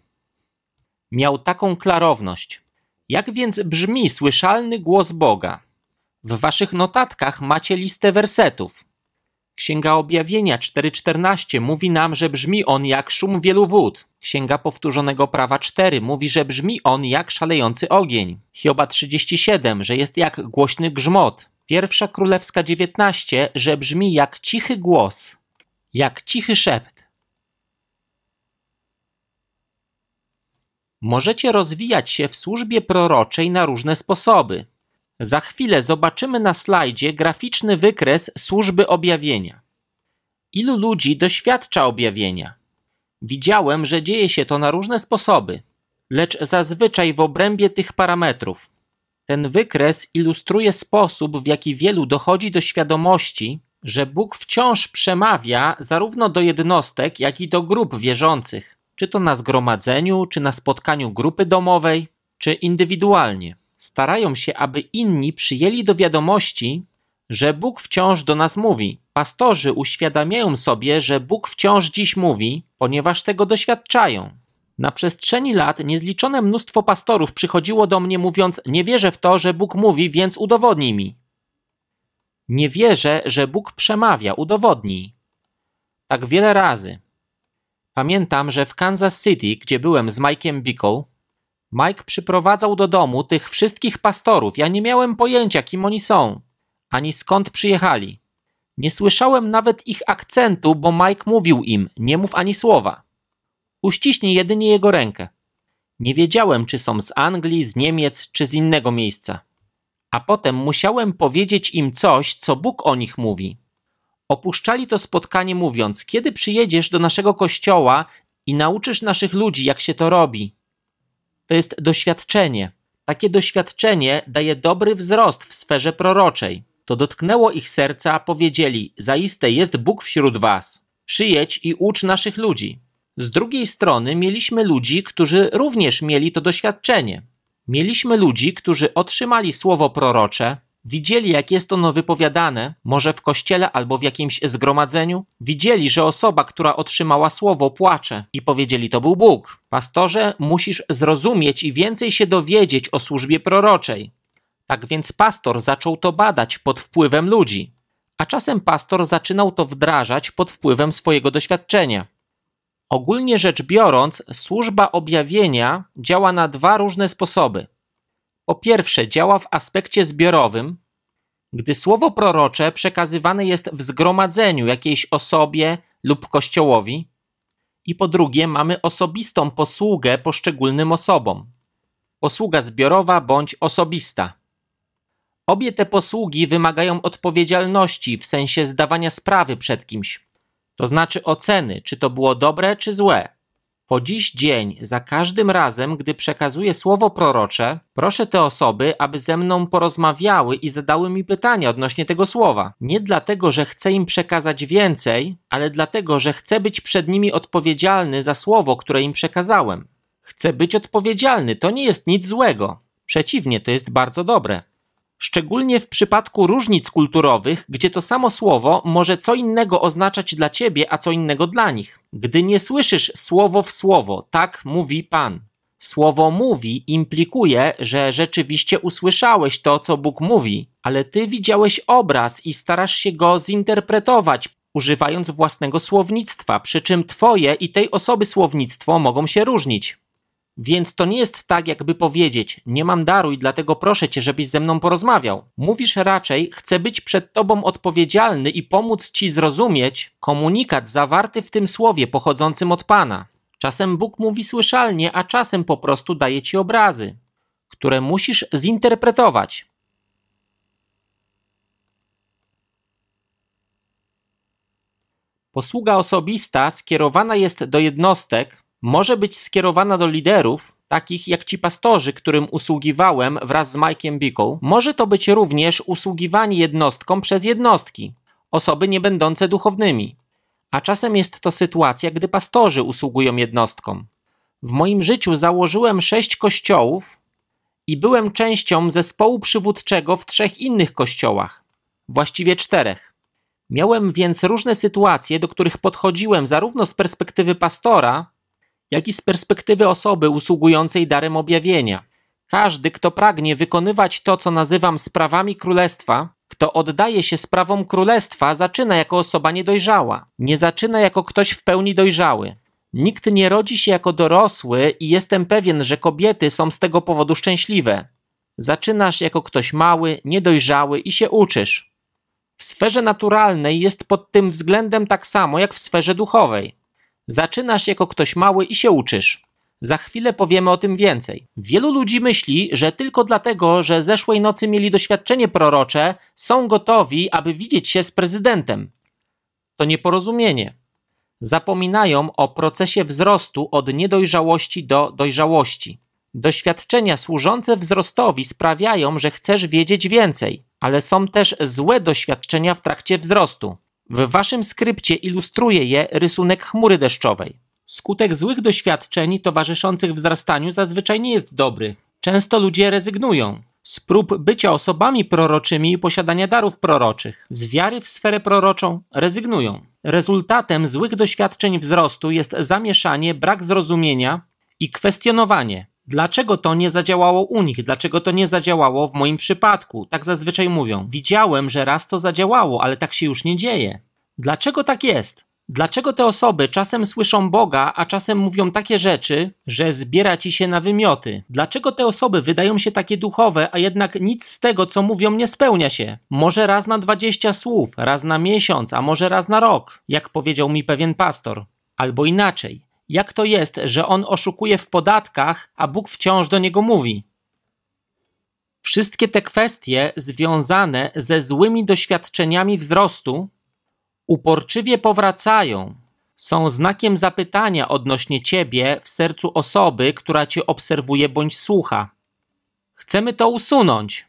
Miał taką klarowność. Jak więc brzmi słyszalny głos Boga? W waszych notatkach macie listę wersetów. Księga Objawienia cztery czternaście mówi nam, że brzmi on jak szum wielu wód. Księga Powtórzonego Prawa cztery mówi, że brzmi on jak szalejący ogień. Hioba trzydzieści siedem, że jest jak głośny grzmot. Pierwsza Królewska dziewiętnaście, że brzmi jak cichy głos, jak cichy szept. Możecie rozwijać się w służbie proroczej na różne sposoby. Za chwilę zobaczymy na slajdzie graficzny wykres służby objawienia. Ilu ludzi doświadcza objawienia? Widziałem, że dzieje się to na różne sposoby, lecz zazwyczaj w obrębie tych parametrów. Ten wykres ilustruje sposób, w jaki wielu dochodzi do świadomości, że Bóg wciąż przemawia zarówno do jednostek, jak i do grup wierzących, czy to na zgromadzeniu, czy na spotkaniu grupy domowej, czy indywidualnie. Starają się, aby inni przyjęli do wiadomości, że Bóg wciąż do nas mówi. Pastorzy uświadamiają sobie, że Bóg wciąż dziś mówi, ponieważ tego doświadczają. Na przestrzeni lat niezliczone mnóstwo pastorów przychodziło do mnie mówiąc: nie wierzę w to, że Bóg mówi, więc udowodnij mi. Nie wierzę, że Bóg przemawia, udowodnij. Tak wiele razy. Pamiętam, że w Kansas City, gdzie byłem z Mike'iem Bickle, Mike przyprowadzał do domu tych wszystkich pastorów. Ja nie miałem pojęcia, kim oni są, ani skąd przyjechali. Nie słyszałem nawet ich akcentu, bo Mike mówił im: nie mów ani słowa. Uściśnij jedynie jego rękę. Nie wiedziałem, czy są z Anglii, z Niemiec, czy z innego miejsca. A potem musiałem powiedzieć im coś, co Bóg o nich mówi. Opuszczali to spotkanie mówiąc: kiedy przyjedziesz do naszego kościoła i nauczysz naszych ludzi, jak się to robi? To jest doświadczenie. Takie doświadczenie daje dobry wzrost w sferze proroczej. To dotknęło ich serca, a powiedzieli: zaiste jest Bóg wśród was. Przyjedź i ucz naszych ludzi. Z drugiej strony mieliśmy ludzi, którzy również mieli to doświadczenie. Mieliśmy ludzi, którzy otrzymali słowo prorocze, Widzieli, jak jest ono wypowiadane, może w kościele albo w jakimś zgromadzeniu. Widzieli, że osoba, która otrzymała słowo, płacze i powiedzieli, to był Bóg. Pastorze, musisz zrozumieć i więcej się dowiedzieć o służbie proroczej. Tak więc pastor zaczął to badać pod wpływem ludzi, a czasem pastor zaczynał to wdrażać pod wpływem swojego doświadczenia. Ogólnie rzecz biorąc, służba objawienia działa na dwa różne sposoby. Po pierwsze, działa w aspekcie zbiorowym, gdy słowo prorocze przekazywane jest w zgromadzeniu jakiejś osobie lub kościołowi. I po drugie, mamy osobistą posługę poszczególnym osobom. Posługa zbiorowa bądź osobista. Obie te posługi wymagają odpowiedzialności w sensie zdawania sprawy przed kimś. To znaczy oceny, czy to było dobre, czy złe. Po dziś dzień, za każdym razem, gdy przekazuję słowo prorocze, proszę te osoby, aby ze mną porozmawiały i zadały mi pytania odnośnie tego słowa. Nie dlatego, że chcę im przekazać więcej, ale dlatego, że chcę być przed nimi odpowiedzialny za słowo, które im przekazałem. Chcę być odpowiedzialny, to nie jest nic złego. Przeciwnie, to jest bardzo dobre. Szczególnie w przypadku różnic kulturowych, gdzie to samo słowo może co innego oznaczać dla ciebie, a co innego dla nich. Gdy nie słyszysz słowo w słowo, tak mówi Pan. Słowo mówi implikuje, że rzeczywiście usłyszałeś to, co Bóg mówi, ale ty widziałeś obraz i starasz się go zinterpretować, używając własnego słownictwa, przy czym twoje i tej osoby słownictwo mogą się różnić. Więc to nie jest tak, jakby powiedzieć, nie mam daru i dlatego proszę cię, żebyś ze mną porozmawiał. Mówisz raczej, chcę być przed tobą odpowiedzialny i pomóc ci zrozumieć komunikat zawarty w tym słowie pochodzącym od Pana. Czasem Bóg mówi słyszalnie, a czasem po prostu daje ci obrazy, które musisz zinterpretować. Posługa osobista skierowana jest do jednostek, może być skierowana do liderów, takich jak ci pastorzy, którym usługiwałem wraz z Mike'iem Bickle. Może to być również usługiwanie jednostkom przez jednostki, osoby nie będące duchownymi. A czasem jest to sytuacja, gdy pastorzy usługują jednostkom. W moim życiu założyłem sześć kościołów i byłem częścią zespołu przywódczego w trzech innych kościołach, właściwie czterech. Miałem więc różne sytuacje, do których podchodziłem zarówno z perspektywy pastora, jak i z perspektywy osoby usługującej darem objawienia. Każdy, kto pragnie wykonywać to, co nazywam sprawami królestwa, kto oddaje się sprawom królestwa, zaczyna jako osoba niedojrzała. Nie zaczyna jako ktoś w pełni dojrzały. Nikt nie rodzi się jako dorosły i jestem pewien, że kobiety są z tego powodu szczęśliwe. Zaczynasz jako ktoś mały, niedojrzały i się uczysz. W sferze naturalnej jest pod tym względem tak samo jak w sferze duchowej. Zaczynasz jako ktoś mały i się uczysz. Za chwilę powiemy o tym więcej. Wielu ludzi myśli, że tylko dlatego, że zeszłej nocy mieli doświadczenie prorocze, są gotowi, aby widzieć się z prezydentem. To nieporozumienie. Zapominają o procesie wzrostu od niedojrzałości do dojrzałości. Doświadczenia służące wzrostowi sprawiają, że chcesz wiedzieć więcej, ale są też złe doświadczenia w trakcie wzrostu. W waszym skrypcie ilustruje je rysunek chmury deszczowej. Skutek złych doświadczeń towarzyszących wzrastaniu zazwyczaj nie jest dobry. Często ludzie rezygnują z prób bycia osobami proroczymi i posiadania darów proroczych. Z wiary w sferę proroczą rezygnują. Rezultatem złych doświadczeń wzrostu jest zamieszanie, brak zrozumienia i kwestionowanie. Dlaczego to nie zadziałało u nich? Dlaczego to nie zadziałało w moim przypadku? Tak zazwyczaj mówią. Widziałem, że raz to zadziałało, ale tak się już nie dzieje. Dlaczego tak jest? Dlaczego te osoby czasem słyszą Boga, a czasem mówią takie rzeczy, że zbiera ci się na wymioty? Dlaczego te osoby wydają się takie duchowe, a jednak nic z tego, co mówią, nie spełnia się? Może raz na dwadzieścia słów, raz na miesiąc, a może raz na rok, jak powiedział mi pewien pastor. Albo inaczej. Jak to jest, że on oszukuje w podatkach, a Bóg wciąż do niego mówi? Wszystkie te kwestie związane ze złymi doświadczeniami wzrostu uporczywie powracają. Są znakiem zapytania odnośnie ciebie w sercu osoby, która cię obserwuje bądź słucha. Chcemy to usunąć.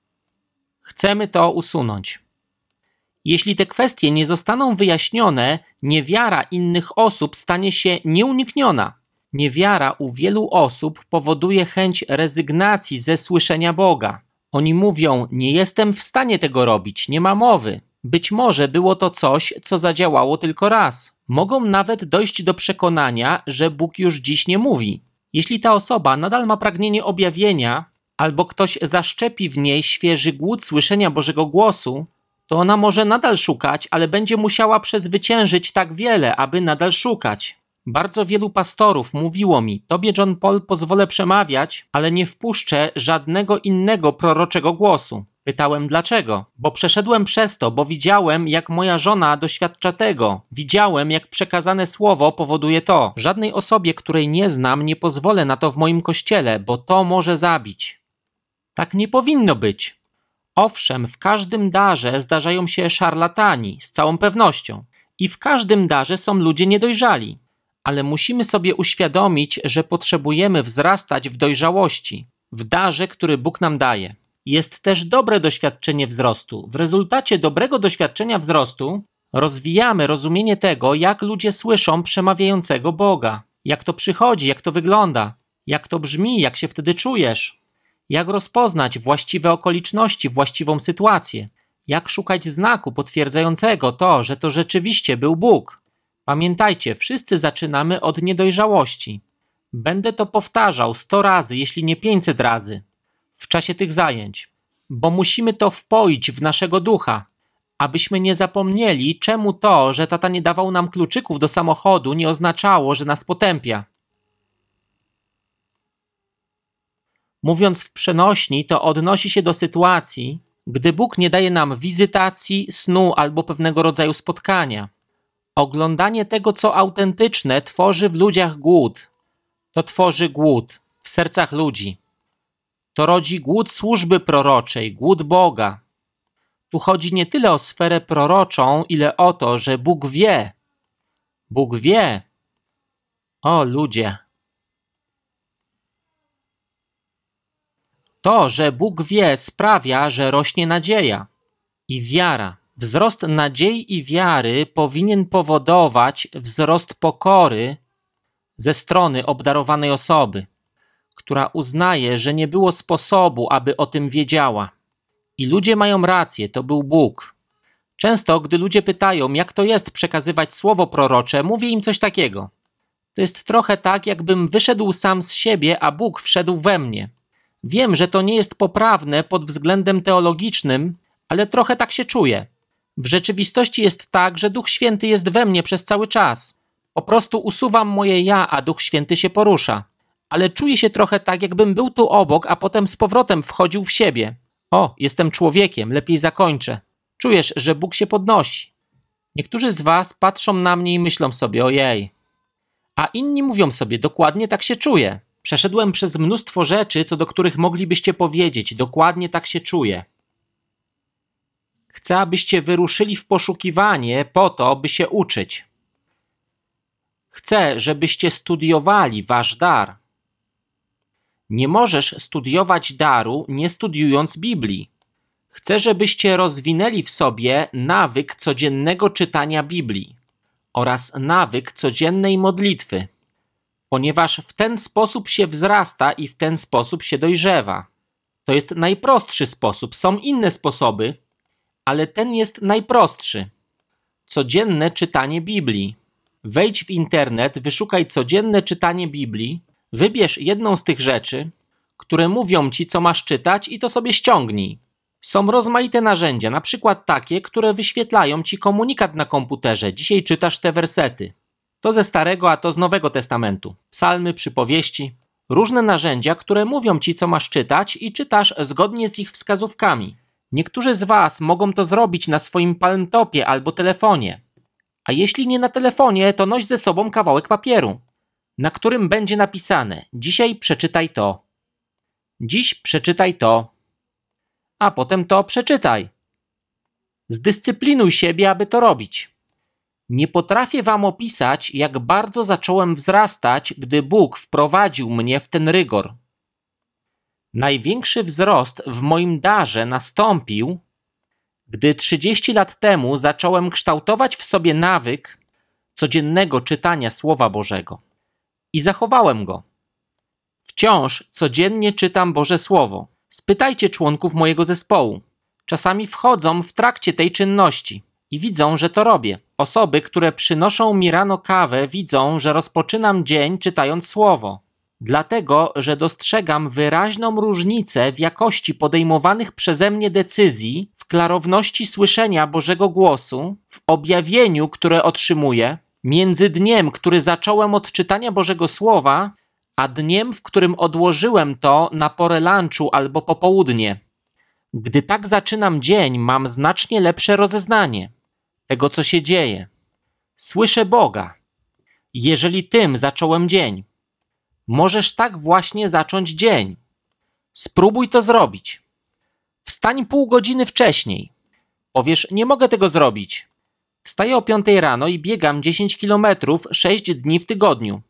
Chcemy to usunąć. Jeśli te kwestie nie zostaną wyjaśnione, niewiara innych osób stanie się nieunikniona. Niewiara u wielu osób powoduje chęć rezygnacji ze słyszenia Boga. Oni mówią, nie jestem w stanie tego robić, nie ma mowy. Być może było to coś, co zadziałało tylko raz. Mogą nawet dojść do przekonania, że Bóg już dziś nie mówi. Jeśli ta osoba nadal ma pragnienie objawienia, albo ktoś zaszczepi w niej świeży głód słyszenia Bożego głosu, to ona może nadal szukać, ale będzie musiała przezwyciężyć tak wiele, aby nadal szukać. Bardzo wielu pastorów mówiło mi, tobie John Paul pozwolę przemawiać, ale nie wpuszczę żadnego innego proroczego głosu. Pytałem dlaczego? Bo przeszedłem przez to, bo widziałem, jak moja żona doświadcza tego. Widziałem, jak przekazane słowo powoduje to. Żadnej osobie, której nie znam, nie pozwolę na to w moim kościele, bo to może zabić. Tak nie powinno być. Owszem, w każdym darze zdarzają się szarlatani, z całą pewnością. I w każdym darze są ludzie niedojrzali. Ale musimy sobie uświadomić, że potrzebujemy wzrastać w dojrzałości, w darze, który Bóg nam daje. Jest też dobre doświadczenie wzrostu. W rezultacie dobrego doświadczenia wzrostu rozwijamy rozumienie tego, jak ludzie słyszą przemawiającego Boga. Jak to przychodzi, jak to wygląda, jak to brzmi, jak się wtedy czujesz. Jak rozpoznać właściwe okoliczności, właściwą sytuację. Jak szukać znaku potwierdzającego to, że to rzeczywiście był Bóg. Pamiętajcie, wszyscy zaczynamy od niedojrzałości. Będę to powtarzał sto razy, jeśli nie pięćset razy w czasie tych zajęć, bo musimy to wpoić w naszego ducha, abyśmy nie zapomnieli, czemu to, że tata nie dawał nam kluczyków do samochodu, nie oznaczało, że nas potępia. Mówiąc w przenośni, to odnosi się do sytuacji, gdy Bóg nie daje nam wizytacji, snu albo pewnego rodzaju spotkania. Oglądanie tego, co autentyczne, tworzy w ludziach głód. To tworzy głód w sercach ludzi. To rodzi głód służby proroczej, głód Boga. Tu chodzi nie tyle o sferę proroczą, ile o to, że Bóg wie. Bóg wie. O ludzie. To, że Bóg wie, sprawia, że rośnie nadzieja i wiara. Wzrost nadziei i wiary powinien powodować wzrost pokory ze strony obdarowanej osoby, która uznaje, że nie było sposobu, aby o tym wiedziała. I ludzie mają rację, to był Bóg. Często, gdy ludzie pytają, jak to jest przekazywać słowo prorocze, mówię im coś takiego. To jest trochę tak, jakbym wyszedł sam z siebie, a Bóg wszedł we mnie. Wiem, że to nie jest poprawne pod względem teologicznym, ale trochę tak się czuję. W rzeczywistości jest tak, że Duch Święty jest we mnie przez cały czas. Po prostu usuwam moje ja, a Duch Święty się porusza. Ale czuję się trochę tak, jakbym był tu obok, a potem z powrotem wchodził w siebie. O, jestem człowiekiem, lepiej zakończę. Czujesz, że Bóg się podnosi. Niektórzy z was patrzą na mnie i myślą sobie, ojej. A inni mówią sobie, dokładnie tak się czuję. Przeszedłem przez mnóstwo rzeczy, co do których moglibyście powiedzieć, dokładnie tak się czuję. Chcę, abyście wyruszyli w poszukiwanie po to, by się uczyć. Chcę, żebyście studiowali wasz dar. Nie możesz studiować daru, nie studiując Biblii. Chcę, żebyście rozwinęli w sobie nawyk codziennego czytania Biblii oraz nawyk codziennej modlitwy, ponieważ w ten sposób się wzrasta i w ten sposób się dojrzewa. To jest najprostszy sposób. Są inne sposoby, ale ten jest najprostszy. Codzienne czytanie Biblii. Wejdź w internet, wyszukaj codzienne czytanie Biblii, wybierz jedną z tych rzeczy, które mówią ci, co masz czytać i to sobie ściągnij. Są rozmaite narzędzia, na przykład takie, które wyświetlają ci komunikat na komputerze. Dzisiaj czytasz te wersety. To ze Starego, a to z Nowego Testamentu. Psalmy, przypowieści. Różne narzędzia, które mówią ci, co masz czytać i czytasz zgodnie z ich wskazówkami. Niektórzy z was mogą to zrobić na swoim palmtopie albo telefonie. A jeśli nie na telefonie, to noś ze sobą kawałek papieru, na którym będzie napisane: dzisiaj przeczytaj to. Dziś przeczytaj to. A potem to przeczytaj. Zdyscyplinuj siebie, aby to robić. Nie potrafię wam opisać, jak bardzo zacząłem wzrastać, gdy Bóg wprowadził mnie w ten rygor. Największy wzrost w moim darze nastąpił, gdy trzydzieści lat temu zacząłem kształtować w sobie nawyk codziennego czytania Słowa Bożego. I zachowałem go. Wciąż codziennie czytam Boże Słowo. Spytajcie członków mojego zespołu. Czasami wchodzą w trakcie tej czynności i widzą, że to robię. Osoby, które przynoszą mi rano kawę, widzą, że rozpoczynam dzień czytając słowo. Dlatego, że dostrzegam wyraźną różnicę w jakości podejmowanych przeze mnie decyzji, w klarowności słyszenia Bożego głosu, w objawieniu, które otrzymuję, między dniem, który zacząłem od czytania Bożego Słowa, a dniem, w którym odłożyłem to na porę lunchu albo popołudnie. Gdy tak zaczynam dzień, mam znacznie lepsze rozeznanie tego, co się dzieje. Słyszę Boga. Jeżeli tym zacząłem dzień, możesz tak właśnie zacząć dzień. Spróbuj to zrobić. Wstań pół godziny wcześniej. Powiesz, nie mogę tego zrobić. Wstaję o piątej rano i biegam dziesięć kilometrów sześć dni w tygodniu.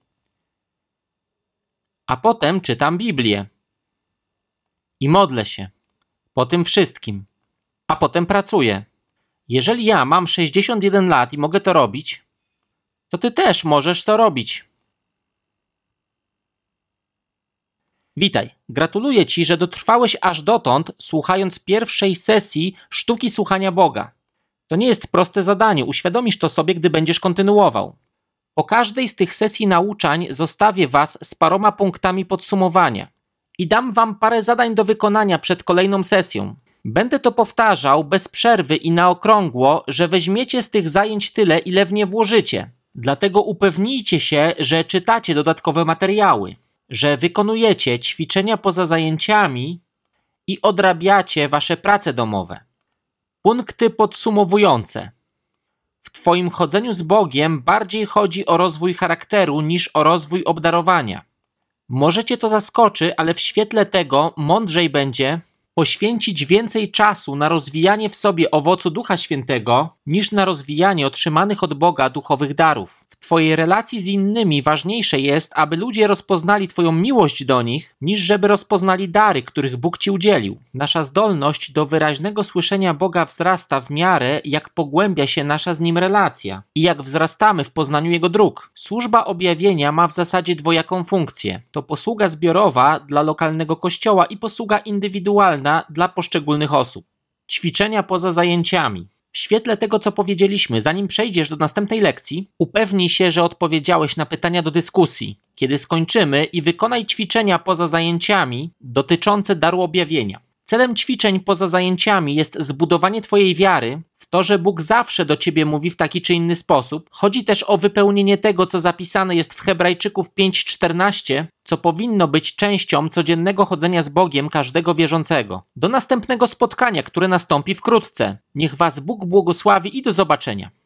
A potem czytam Biblię. I modlę się. Po tym wszystkim. A potem pracuję. Jeżeli ja mam sześćdziesiąt jeden lat i mogę to robić, to ty też możesz to robić. Witaj. Gratuluję ci, że dotrwałeś aż dotąd, słuchając pierwszej sesji Sztuki Słuchania Boga. To nie jest proste zadanie, uświadomisz to sobie, gdy będziesz kontynuował. Po każdej z tych sesji nauczań zostawię was z paroma punktami podsumowania i dam wam parę zadań do wykonania przed kolejną sesją. Będę to powtarzał bez przerwy i na okrągło, że weźmiecie z tych zajęć tyle, ile w nie włożycie. Dlatego upewnijcie się, że czytacie dodatkowe materiały, że wykonujecie ćwiczenia poza zajęciami i odrabiacie wasze prace domowe. Punkty podsumowujące. W twoim chodzeniu z Bogiem bardziej chodzi o rozwój charakteru niż o rozwój obdarowania. Może cię to zaskoczy, ale w świetle tego mądrzej będzie poświęcić więcej czasu na rozwijanie w sobie owocu Ducha Świętego niż na rozwijanie otrzymanych od Boga duchowych darów. W twojej relacji z innymi ważniejsze jest, aby ludzie rozpoznali twoją miłość do nich, niż żeby rozpoznali dary, których Bóg ci udzielił. Nasza zdolność do wyraźnego słyszenia Boga wzrasta w miarę, jak pogłębia się nasza z Nim relacja i jak wzrastamy w poznaniu Jego dróg. Służba objawienia ma w zasadzie dwojaką funkcję. To posługa zbiorowa dla lokalnego kościoła i posługa indywidualna dla poszczególnych osób. Ćwiczenia poza zajęciami. W świetle tego, co powiedzieliśmy, zanim przejdziesz do następnej lekcji, upewnij się, że odpowiedziałeś na pytania do dyskusji. Kiedy skończymy, i wykonaj ćwiczenia poza zajęciami dotyczące daru objawienia. Celem ćwiczeń poza zajęciami jest zbudowanie twojej wiary w to, że Bóg zawsze do ciebie mówi w taki czy inny sposób. Chodzi też o wypełnienie tego, co zapisane jest w Hebrajczyków pięć czternaście, co powinno być częścią codziennego chodzenia z Bogiem każdego wierzącego. Do następnego spotkania, które nastąpi wkrótce. Niech was Bóg błogosławi i do zobaczenia.